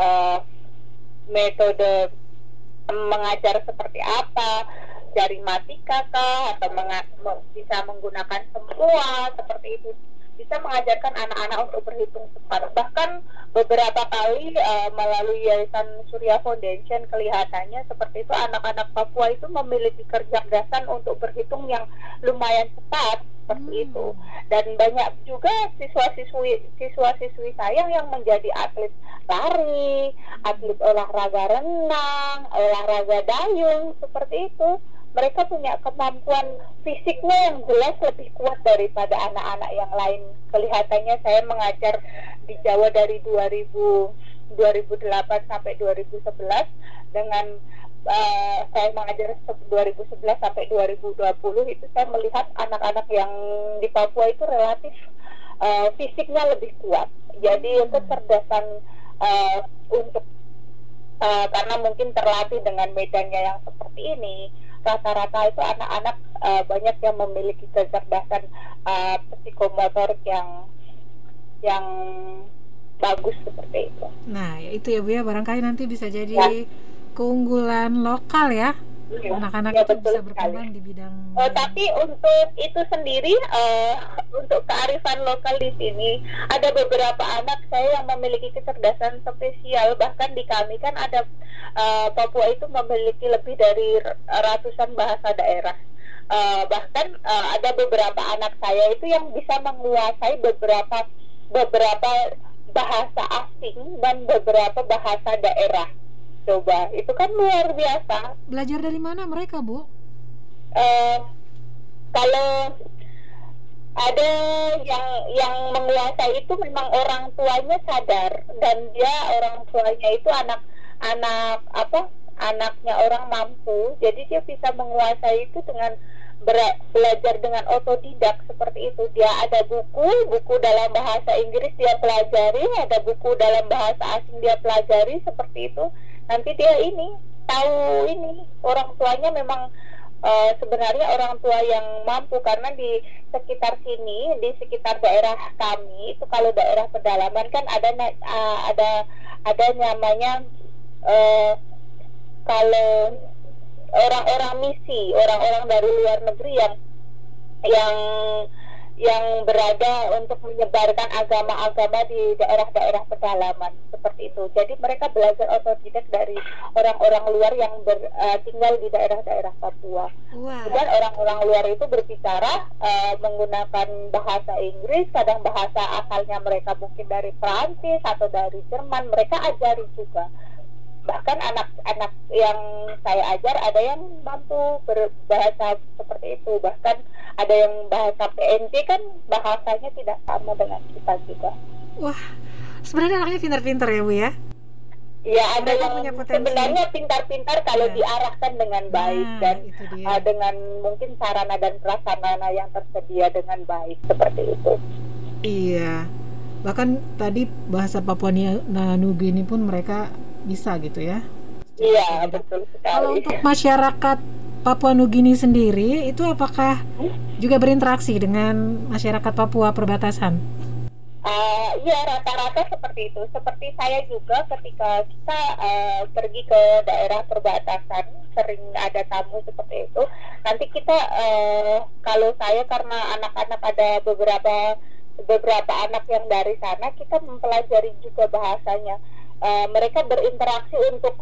mengajar seperti apa, jari matika kah, atau bisa menggunakan semua seperti itu. Bisa mengajarkan anak-anak untuk berhitung cepat. Bahkan beberapa kali melalui Yayasan Surya Foundation kelihatannya seperti itu, anak-anak Papua itu memiliki kecerdasan untuk berhitung yang lumayan cepat seperti itu. Dan banyak juga siswa-siswi saya yang menjadi atlet lari, atlet olahraga renang, olahraga dayung seperti itu. Mereka punya kemampuan fisiknya yang jelas lebih kuat daripada anak-anak yang lain. Kelihatannya saya mengajar di Jawa dari 2008 sampai 2011 dengan saya mengajar 2011 sampai 2020 itu saya melihat anak-anak yang di Papua itu relatif fisiknya lebih kuat. Jadi kecerdasan untuk karena mungkin terlatih dengan medannya yang seperti ini, rata-rata itu anak-anak banyak yang memiliki kecerdasan psikomotorik yang bagus seperti itu. Nah, itu ya Bu ya, barangkali nanti bisa jadi keunggulan lokal ya. Anak-anak itu bisa berkembang di bidang. Tapi untuk itu sendiri, untuk kearifan lokal di sini ada beberapa anak saya yang memiliki kecerdasan spesial. Bahkan di kami kan ada Papua itu memiliki lebih dari ratusan bahasa daerah. Bahkan ada beberapa anak saya itu yang bisa menguasai beberapa bahasa asing dan beberapa bahasa daerah. Coba, itu kan luar biasa. Belajar dari mana mereka, Bu? Kalau ada yang menguasai itu memang orang tuanya sadar, dan dia orang tuanya itu anaknya orang mampu, jadi dia bisa menguasai itu dengan belajar dengan otodidak seperti itu. Dia ada buku dalam bahasa Inggris dia pelajari, ada buku dalam bahasa asing dia pelajari seperti itu. Nanti dia ini tahu ini orang tuanya memang sebenarnya orang tua yang mampu, karena di sekitar sini, di sekitar daerah kami itu kalau daerah pedalaman kan ada namanya kalau orang-orang misi, orang-orang dari luar negeri yang berada untuk menyebarkan agama-agama di daerah-daerah pedalaman seperti itu. Jadi mereka belajar otodidak dari orang-orang luar yang tinggal di daerah-daerah Papua. Wah. Dan orang-orang luar itu berbicara menggunakan bahasa Inggris, kadang bahasa asalnya mereka mungkin dari Prancis atau dari Jerman, mereka ajari juga. Bahkan anak-anak yang saya ajar ada yang mampu berbahasa seperti itu, bahkan ada yang bahasa PNJ kan bahasanya tidak sama dengan kita juga. Wah, sebenarnya anaknya pintar-pintar ya Bu ya? Ya, ada Mereka yang punya potensi. sebenarnya pintar-pintar kalau Ya. diarahkan dengan baik dan itu dia. dengan mungkin sarana dan prasarana yang tersedia dengan baik seperti itu. Iya. Bahkan tadi bahasa Papua Nugini pun mereka bisa gitu ya. Iya, betul sekali. Kalau untuk masyarakat Papua Nugini sendiri itu apakah juga berinteraksi dengan masyarakat Papua perbatasan? Iya, rata-rata seperti itu. Seperti saya juga ketika kita pergi ke daerah perbatasan, sering ada tamu seperti itu. Nanti kita kalau saya karena anak-anak ada beberapa anak yang dari sana, kita mempelajari juga bahasanya. Mereka berinteraksi untuk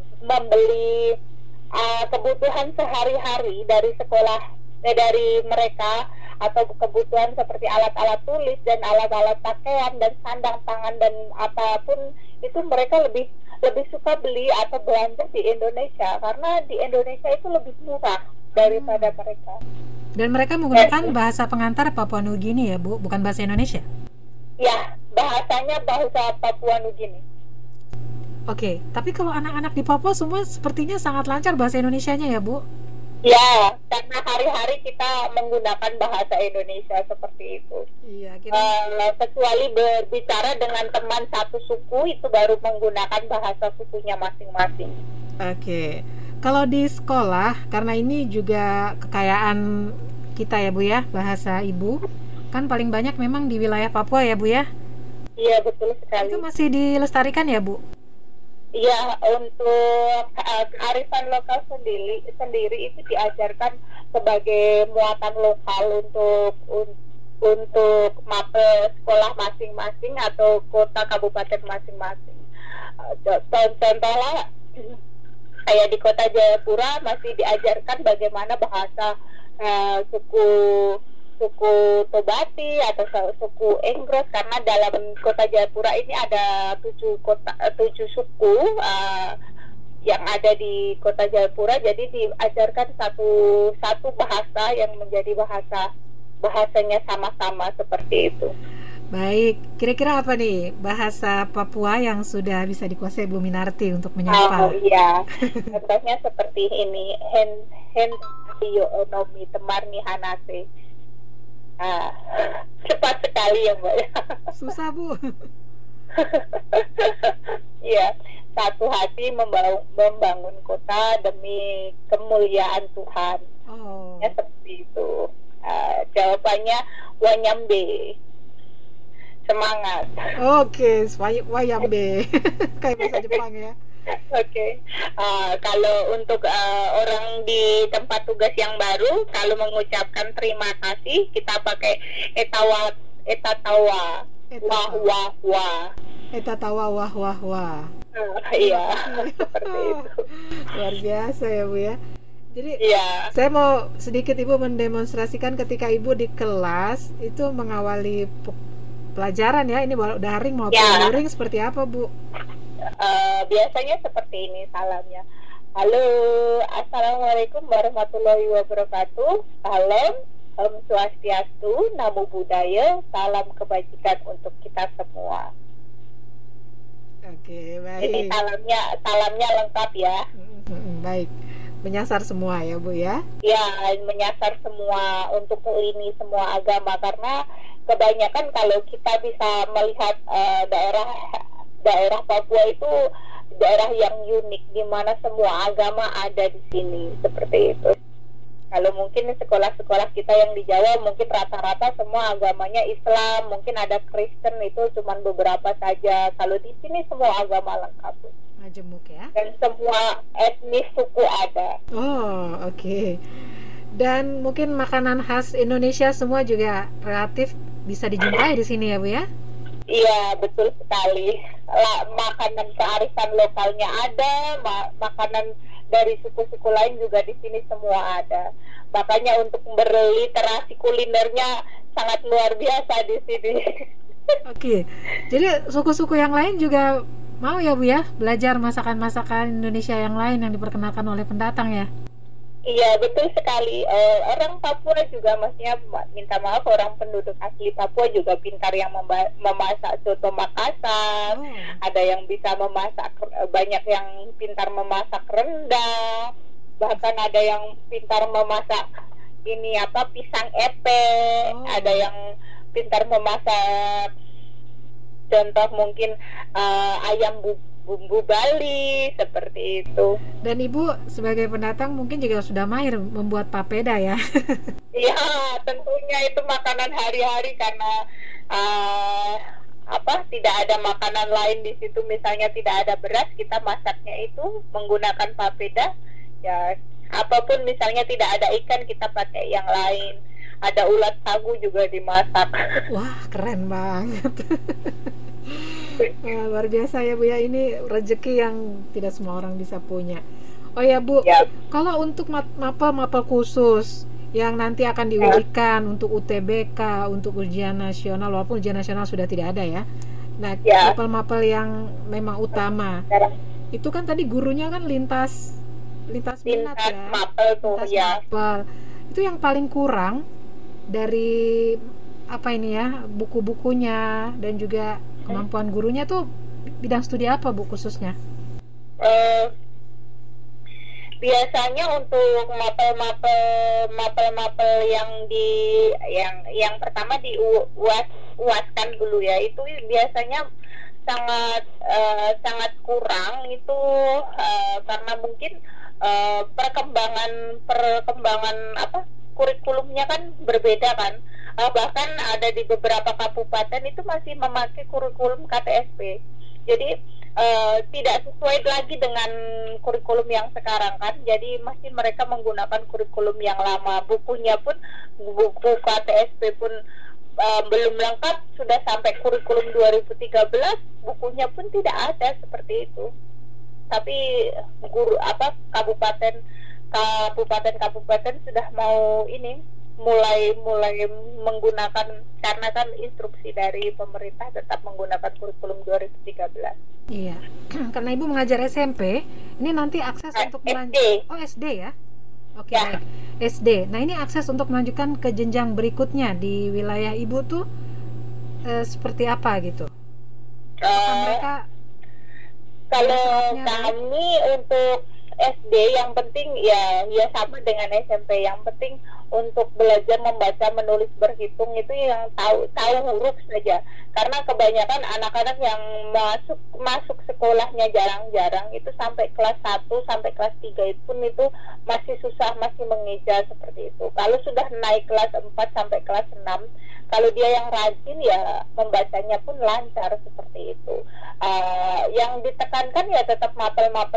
membeli kebutuhan sehari-hari dari sekolah, dari mereka, atau kebutuhan seperti alat-alat tulis dan alat-alat pakaian dan sandang tangan dan apapun itu mereka lebih suka beli atau belanja di Indonesia, karena di Indonesia itu lebih murah daripada mereka. Dan mereka menggunakan bahasa pengantar Papua Nugini ya Bu, bukan bahasa Indonesia? Ya, bahasanya bahasa Papua Nugini. Oke, tapi kalau anak-anak di Papua semua sepertinya sangat lancar bahasa Indonesianya ya Bu? Ya, karena hari-hari kita menggunakan bahasa Indonesia seperti itu. Iya, Kecuali berbicara dengan teman satu suku, itu baru menggunakan bahasa sukunya masing-masing. Oke. Kalau di sekolah, karena ini juga kekayaan kita ya Bu ya, bahasa ibu, kan paling banyak memang di wilayah Papua ya Bu ya? Iya, betul sekali. Itu masih dilestarikan ya Bu? Iya, untuk kearifan lokal sendiri itu diajarkan sebagai muatan lokal untuk mapel sekolah masing-masing atau kota kabupaten masing-masing. Contohnya kayak di kota Jayapura masih diajarkan bagaimana bahasa suku Tobati atau suku Enggros, karena dalam kota Jayapura ini ada 7 suku yang ada di kota Jayapura. Jadi diajarkan satu bahasa yang menjadi bahasanya sama-sama seperti itu. Baik, kira-kira apa nih bahasa Papua yang sudah bisa dikuasai Bu Minarti untuk menyapa? Oh iya, contohnya seperti ini, Henry Onomi Temarni Hanase. Cepat sekali ya Mbak. Susah Bu. Iya, satu hati membangun kota demi kemuliaan Tuhan. Oh. Ya seperti itu. Jawabannya Wanyambe. Semangat. Oke, wayambe. Kayak bahasa Jepang ya. Oke. Kalau untuk orang di tempat tugas yang baru, kalau mengucapkan terima kasih, kita pakai etatawa, wah wah wah. Etatawa wah wah wah. Iya, seperti itu. Luar biasa ya Bu ya. Jadi Iya. saya mau sedikit Ibu mendemonstrasikan ketika Ibu di kelas itu mengawali pelajaran ya. Ini walau daring maupun luring seperti apa Bu? Biasanya seperti ini salamnya. Halo, assalamualaikum warahmatullahi wabarakatuh. Salam, Om Swastiastu, Namo Buddhaya, salam kebajikan untuk kita semua. Oke, baik. Jadi salamnya lengkap ya. Baik. menyasar semua ya Bu ya. Ya, menyasar semua untuk ini semua agama, karena kebanyakan kalau kita bisa melihat daerah Papua itu daerah yang unik di mana semua agama ada di sini seperti itu. Kalau mungkin sekolah-sekolah kita yang di Jawa mungkin rata-rata semua agamanya Islam, mungkin ada Kristen itu cuman beberapa saja. Kalau di sini semua agama lengkap. Majemuk ya. Dan semua etnis suku ada. Oh, oke. Dan mungkin makanan khas Indonesia semua juga relatif bisa dijumpai di sini ya Bu ya? Iya, betul sekali. Makanan kearifan lokalnya ada, makanan dari suku-suku lain juga di sini semua ada. Makanya untuk berliterasi kulinernya sangat luar biasa di sini. Oke. Jadi suku-suku yang lain juga mau ya Bu ya belajar masakan-masakan Indonesia yang lain yang diperkenalkan oleh pendatang ya? Iya, betul sekali. Orang Papua juga, maksudnya minta maaf, orang penduduk asli Papua juga pintar yang memasak soto Makassar. Ada yang bisa memasak, banyak yang pintar memasak rendang. Bahkan ada yang pintar memasak pisang epe. Ada yang pintar memasak, contoh mungkin ayam bumbu Bali seperti itu. Dan Ibu sebagai pendatang mungkin juga sudah mahir membuat papeda ya? Iya, tentunya itu makanan hari-hari karena tidak ada makanan lain di situ. Misalnya tidak ada beras, kita masaknya itu menggunakan papeda. Ya, apapun misalnya tidak ada ikan, kita pakai yang lain. Ada ulat sagu juga dimasak. Wah, keren banget. Luar biasa ya Bu ya, ini rezeki yang tidak semua orang bisa punya. Oh ya Bu, kalau untuk mapel khusus yang nanti akan diujikan untuk UTBK, untuk ujian nasional, walaupun ujian nasional sudah tidak ada ya. Nah, mapel-mapel yang memang utama, itu kan tadi gurunya kan lintas minat ya. Mapel tuh ya. Mapel. Itu yang paling kurang dari buku-bukunya dan juga kemampuan gurunya tuh bidang studi apa Bu khususnya? Biasanya untuk mapel yang pertama di UASkan dulu ya, itu biasanya sangat kurang itu karena mungkin perkembangan kurikulumnya kan berbeda kan. Bahkan ada di beberapa kabupaten itu masih memakai kurikulum KTSP. Jadi tidak sesuai lagi dengan kurikulum yang sekarang kan. Jadi masih mereka menggunakan kurikulum yang lama. Bukunya pun, buku KTSP pun belum lengkap, sudah sampai kurikulum 2013, bukunya pun tidak ada seperti itu. Tapi kabupaten sudah mau mulai menggunakan, karena kan instruksi dari pemerintah tetap menggunakan kurikulum 2013. Iya. Karena Ibu mengajar SMP, ini nanti akses untuk SD. Oh, SD ya. Oke, baik. SD. Nah, ini akses untuk melanjutkan ke jenjang berikutnya di wilayah Ibu tuh seperti apa gitu? Mereka kalau kami untuk SD yang penting ya sama dengan SMP, yang penting untuk belajar membaca, menulis, berhitung itu yang tahu huruf saja. Karena kebanyakan anak-anak yang masuk sekolahnya jarang-jarang itu sampai kelas 1 sampai kelas 3 pun itu masih susah, masih mengeja seperti itu. Kalau sudah naik kelas 4 sampai kelas 6, kalau dia yang rajin ya membacanya pun lancar seperti itu. Yang ditekankan ya tetap mapel-mapel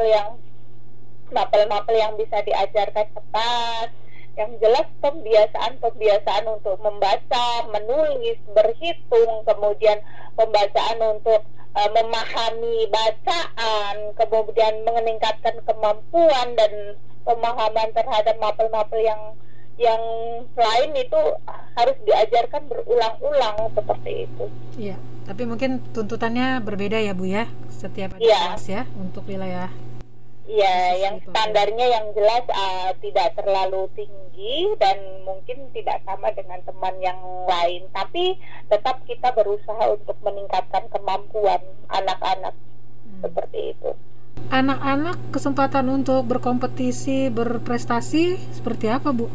yang bisa diajarkan cepat. Yang jelas pembiasaan untuk membaca, menulis, berhitung, kemudian pembacaan untuk memahami bacaan, kemudian meningkatkan kemampuan dan pemahaman terhadap mapel-mapel yang lain itu harus diajarkan berulang-ulang seperti itu. Iya, tapi mungkin tuntutannya berbeda ya Bu ya, setiap ada kelas ya untuk wilayah. Iya, yang standarnya yang jelas tidak terlalu tinggi dan mungkin tidak sama dengan teman yang lain, tapi tetap kita berusaha untuk meningkatkan kemampuan anak-anak seperti itu. anak-anak kesempatan untuk berkompetisi, berprestasi seperti apa, Bu?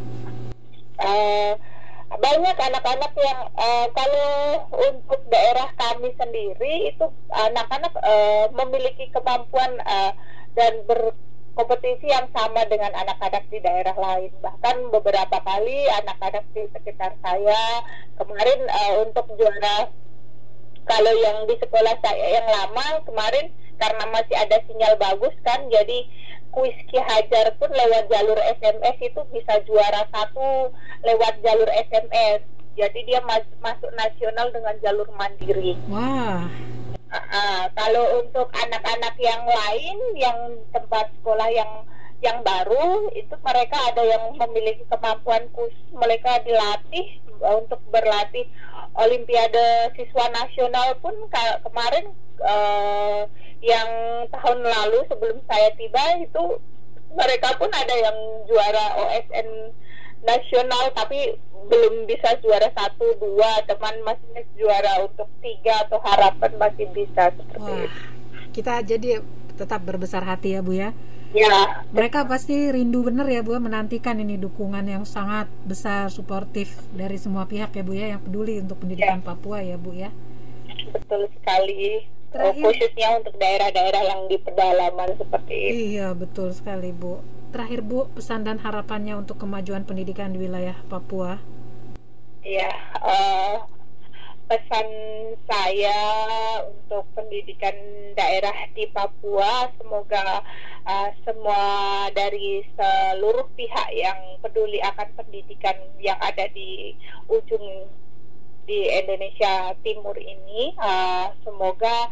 Banyak anak-anak yang kalau untuk daerah kami sendiri itu anak-anak memiliki kemampuan dan berkompetisi yang sama dengan anak-anak di daerah lain. Bahkan beberapa kali anak-anak di sekitar saya kemarin untuk juara, kalau yang di sekolah saya yang lama kemarin karena masih ada sinyal bagus kan, jadi kuis Ki Hajar pun lewat jalur SMS itu bisa juara 1 lewat jalur SMS. Jadi dia masuk nasional dengan jalur mandiri. Wah. Kalau untuk anak-anak yang lain yang tempat sekolah yang baru itu mereka ada yang memiliki kemampuan khusus, mereka dilatih untuk berlatih Olimpiade Siswa Nasional pun kemarin yang tahun lalu sebelum saya tiba itu mereka pun ada yang juara OSN nasional tapi belum bisa juara 1, 2, teman masih juara untuk 3 atau harapan masih bisa seperti itu. Kita jadi tetap berbesar hati ya Bu ya. Ya. Mereka pasti rindu bener ya Bu, menantikan ini dukungan yang sangat besar, suportif dari semua pihak ya Bu ya, yang peduli untuk pendidikan Papua ya Bu ya. Betul sekali. Terakhir, khususnya untuk daerah-daerah yang di pedalaman seperti itu. Iya betul sekali Bu. Terakhir Bu, pesan dan harapannya untuk kemajuan pendidikan di wilayah Papua. Iya, pesan saya untuk pendidikan daerah di Papua, semoga semua dari seluruh pihak yang peduli akan pendidikan yang ada di ujung di Indonesia Timur ini, semoga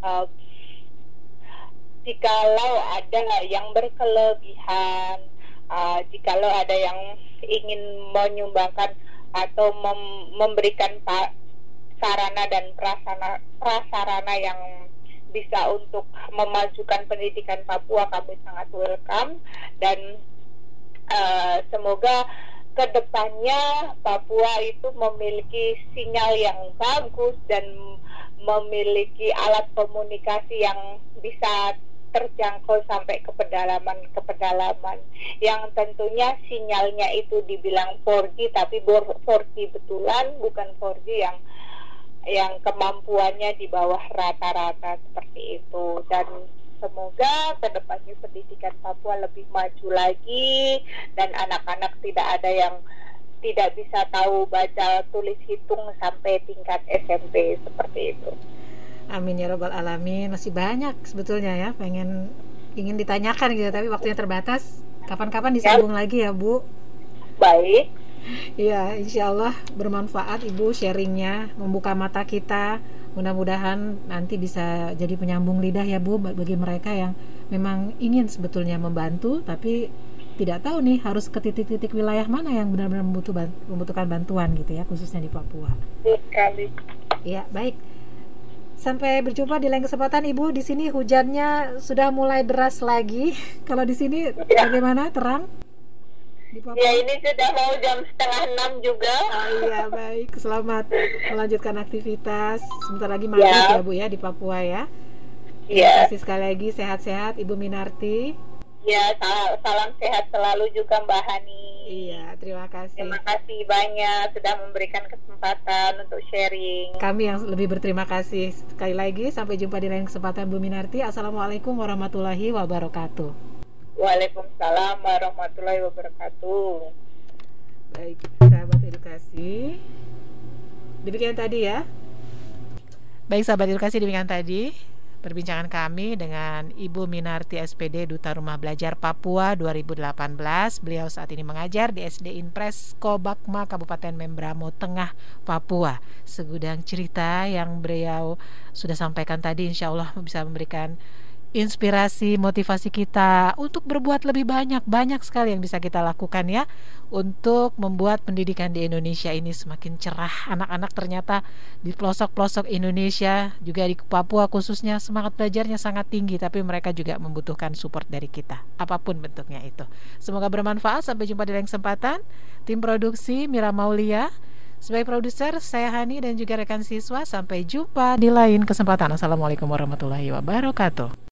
jikalau ada yang berkelebihan, jikalau ada yang ingin menyumbangkan atau memberikan sarana dan prasarana yang bisa untuk memajukan pendidikan Papua, kami sangat welcome. Dan semoga kedepannya Papua itu memiliki sinyal yang bagus dan memiliki alat komunikasi yang bisa terjangkau sampai ke pedalaman yang tentunya sinyalnya itu dibilang 4G tapi 4G betulan, bukan 4G yang kemampuannya di bawah rata-rata seperti itu. Dan semoga kedepannya pendidikan Papua lebih maju lagi dan anak-anak tidak ada yang tidak bisa tahu baca tulis hitung sampai tingkat SMP seperti itu. Amin ya robbal alamin. Masih banyak sebetulnya ya ingin ditanyakan gitu, tapi waktunya terbatas. Kapan-kapan disambung lagi ya Bu. Baik. Iya, insya Allah bermanfaat Ibu sharingnya, membuka mata kita. Mudah-mudahan nanti bisa jadi penyambung lidah ya Bu bagi mereka yang memang ingin sebetulnya membantu tapi tidak tahu nih harus ke titik-titik wilayah mana yang benar-benar membutuhkan bantuan gitu ya, khususnya di Papua. Sekali. Ya, baik. Sampai berjumpa di lain kesempatan Ibu. Di sini hujannya sudah mulai deras lagi. Kalau di sini bagaimana? Terang? Ya, ini sudah mau jam 5:30 juga. Iya, baik. Selamat melanjutkan aktivitas. Sebentar lagi maghrib ya Bu ya di Papua ya. Terima kasih sekali lagi, sehat-sehat Ibu Minarti. Ya, salam sehat selalu juga Mbak Hani. Iya, terima kasih. Terima kasih banyak sudah memberikan kesempatan untuk sharing. Kami yang lebih berterima kasih. Sekali lagi, sampai jumpa di lain kesempatan Bu Minarti. Assalamualaikum warahmatullahi wabarakatuh. Waalaikumsalam warahmatullahi wabarakatuh. Baik, sahabat edukasi, demikian tadi ya. Baik sahabat edukasi, demikian tadi perbincangan kami dengan Ibu Minarti SPD, Duta Rumah Belajar Papua 2018. Beliau saat ini mengajar di SD Inpres Kobakma, Kabupaten Membramo Tengah, Papua. Segudang cerita yang beliau sudah sampaikan tadi insya Allah bisa memberikan inspirasi, motivasi kita untuk berbuat lebih banyak sekali yang bisa kita lakukan ya, untuk membuat pendidikan di Indonesia ini semakin cerah. Anak-anak ternyata di pelosok-pelosok Indonesia, juga di Papua khususnya, semangat belajarnya sangat tinggi, tapi mereka juga membutuhkan support dari kita, apapun bentuknya itu. Semoga bermanfaat. Sampai jumpa di lain kesempatan. Tim produksi Mira Maulia, sebagai produser saya Hani dan juga rekan siswa. Sampai jumpa di lain kesempatan. Assalamualaikum warahmatullahi wabarakatuh.